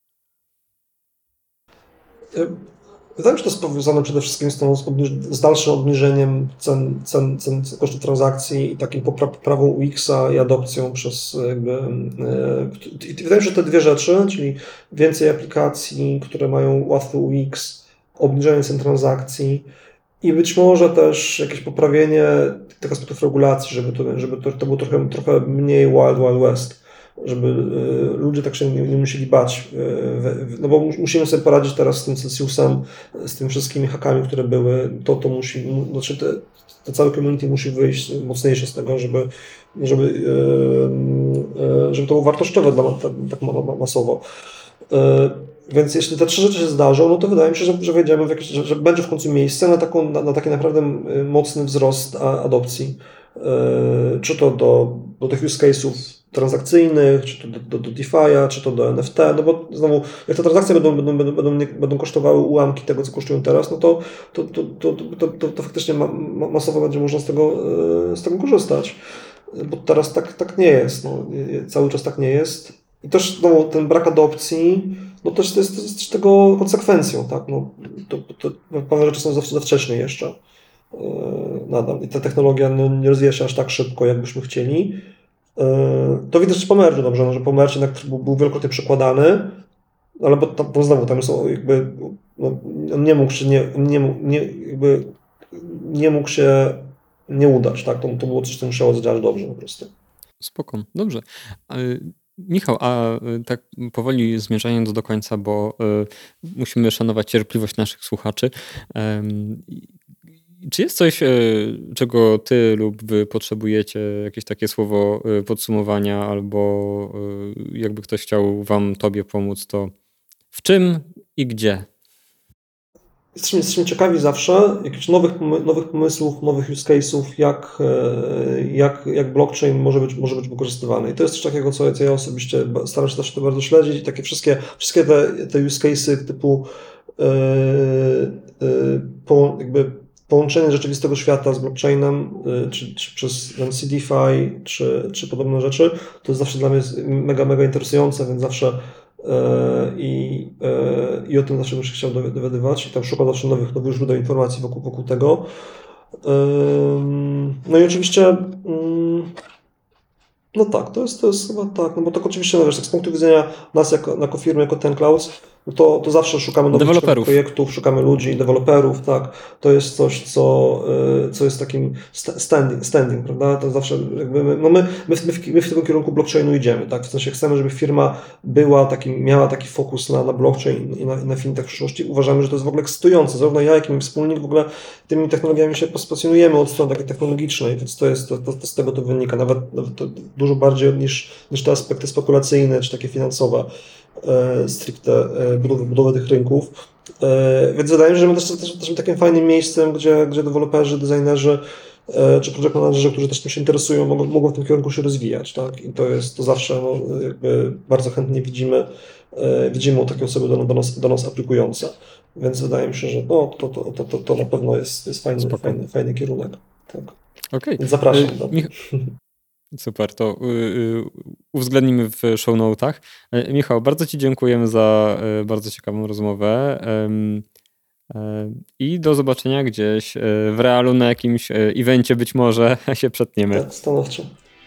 A: Wydaje mi się, że to jest powiązane przede wszystkim z, tą, z dalszym obniżeniem cen, cen, cen kosztów transakcji i takim poprawą U X-a i adopcją przez jakby... I wydaje mi się, że te dwie rzeczy, czyli więcej aplikacji, które mają łatwy U X, obniżenie cen transakcji i być może też jakieś poprawienie tych aspektów regulacji, żeby to, żeby to, to było trochę, trochę mniej Wild Wild West. żeby ludzie tak się nie, nie musieli bać, no bo musimy sobie poradzić teraz z tym Celsiusem, z tymi wszystkimi hakami, które były, to, to musi, znaczy te, to całe community musi wyjść mocniejsze z tego, żeby, żeby, żeby to było wartościowe dla, tak masowo. Więc jeśli te trzy rzeczy się zdarzą, no to wydaje mi się, że, że wejdziemy w jakieś, że, że będzie w końcu miejsce na, taką, na, na taki naprawdę mocny wzrost adopcji. Czy to do, do tych use case'ów transakcyjnych, czy to do, do, do DeFi'a, czy to do N F T, no bo znowu, jak te transakcje będą, będą, będą, będą, będą kosztowały ułamki tego, co kosztują teraz, no to, to, to, to, to, to, to faktycznie ma, masowo będzie można z tego, z tego korzystać. Bo teraz tak, tak nie jest, no, cały czas tak nie jest. I też no, ten brak adopcji, no też to jest, to jest tego konsekwencją, tak? No, to, to, to pewne rzeczy są za, za wcześnie jeszcze yy, nadal i ta technologia no, nie rozwija się aż tak szybko, jakbyśmy chcieli. Yy, to widać też po merge'u dobrze, no, że po merge'u jednak był, był wielokrotnie przekładany, ale bo tam, bo znowu tam są jakby, no, on nie mógł się nie, nie, nie, jakby, nie mógł się nie udać, tak? To, to było coś, co musiało zadziałać dobrze po prostu.
C: Spoko, dobrze. Michał, a tak powoli zmierzając do końca, bo y, musimy szanować cierpliwość naszych słuchaczy. Y, czy jest coś, y, czego ty lub wy potrzebujecie, jakieś takie słowo y, podsumowania, albo y, jakby ktoś chciał wam, tobie pomóc, to w czym i gdzie?
A: Jesteśmy, jesteśmy ciekawi zawsze jakichś nowych, nowych pomysłów, nowych use case'ów, jak, jak, jak blockchain może być, może być wykorzystywany. I to jest coś takiego, co, co ja osobiście staram się zawsze to bardzo śledzić. I takie wszystkie, wszystkie te, te use case'y typu yy, yy, po, jakby połączenie rzeczywistego świata z blockchainem, yy, czy, czy przez C D F I, czy, czy podobne rzeczy, to jest zawsze dla mnie mega, mega interesujące, więc zawsze I, i o tym zawsze bym się chciał dowiadywać i tam szukam zawsze nowych, nowych źródeł informacji wokół, wokół tego. No i oczywiście no tak, to jest, to jest chyba tak, no bo tak oczywiście no wiesz, tak z punktu widzenia nas jako, jako firmy, jako Ten Clouds, to, to zawsze szukamy nowych projektów, szukamy ludzi, deweloperów, tak, to jest coś, co, co jest takim standing, standing, prawda, to zawsze jakby my, no my, my, w, my w tym kierunku blockchainu idziemy, tak, w sensie chcemy, żeby firma była takim, miała taki fokus na, na blockchain i na, i na fintech w przyszłości, uważamy, że to jest w ogóle ekscytujące, zarówno ja, jak i mój wspólnik w ogóle tymi technologiami się pasjonujemy od strony takiej technologicznej, więc to jest, to, to, to z tego to wynika, nawet, nawet to dużo bardziej niż, niż te aspekty spekulacyjne, czy takie finansowe, e, stricte e, budowy, budowy tych rynków. E, więc wydaje mi się, że my też jesteśmy takim fajnym miejscem, gdzie, gdzie deweloperzy, designerzy e, czy project managerzy, którzy też tym się interesują, mogą, mogą w tym kierunku się rozwijać. Tak? I to jest to zawsze no, jakby bardzo chętnie widzimy, e, widzimy takie osoby do, do, nas, do nas aplikujące. Więc wydaje mi się, że no, to, to, to, to, to na pewno jest, jest fajny, fajny, fajny kierunek. Tak.
C: Okay.
A: Więc zapraszam.
C: Y- Mich- Super, to yy, uwzględnimy w show notach. Yy, Michał, bardzo ci dziękujemy za yy, bardzo ciekawą rozmowę yy, yy, i do zobaczenia gdzieś yy, w realu na jakimś yy, evencie być może się przetniemy.
A: Tak, stanowczo.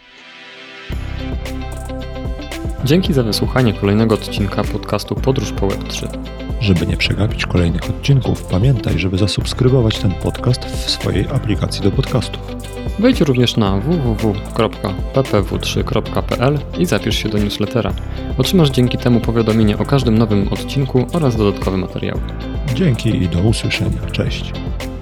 C: Dzięki za wysłuchanie kolejnego odcinka podcastu Podróż po Web trzy.
B: Żeby nie przegapić kolejnych odcinków, pamiętaj, żeby zasubskrybować ten podcast w swojej aplikacji do podcastów.
C: Wejdź również na w w w kropka p p w trzy kropka p l i zapisz się do newslettera. Otrzymasz dzięki temu powiadomienie o każdym nowym odcinku oraz dodatkowe materiały.
B: Dzięki i do usłyszenia. Cześć.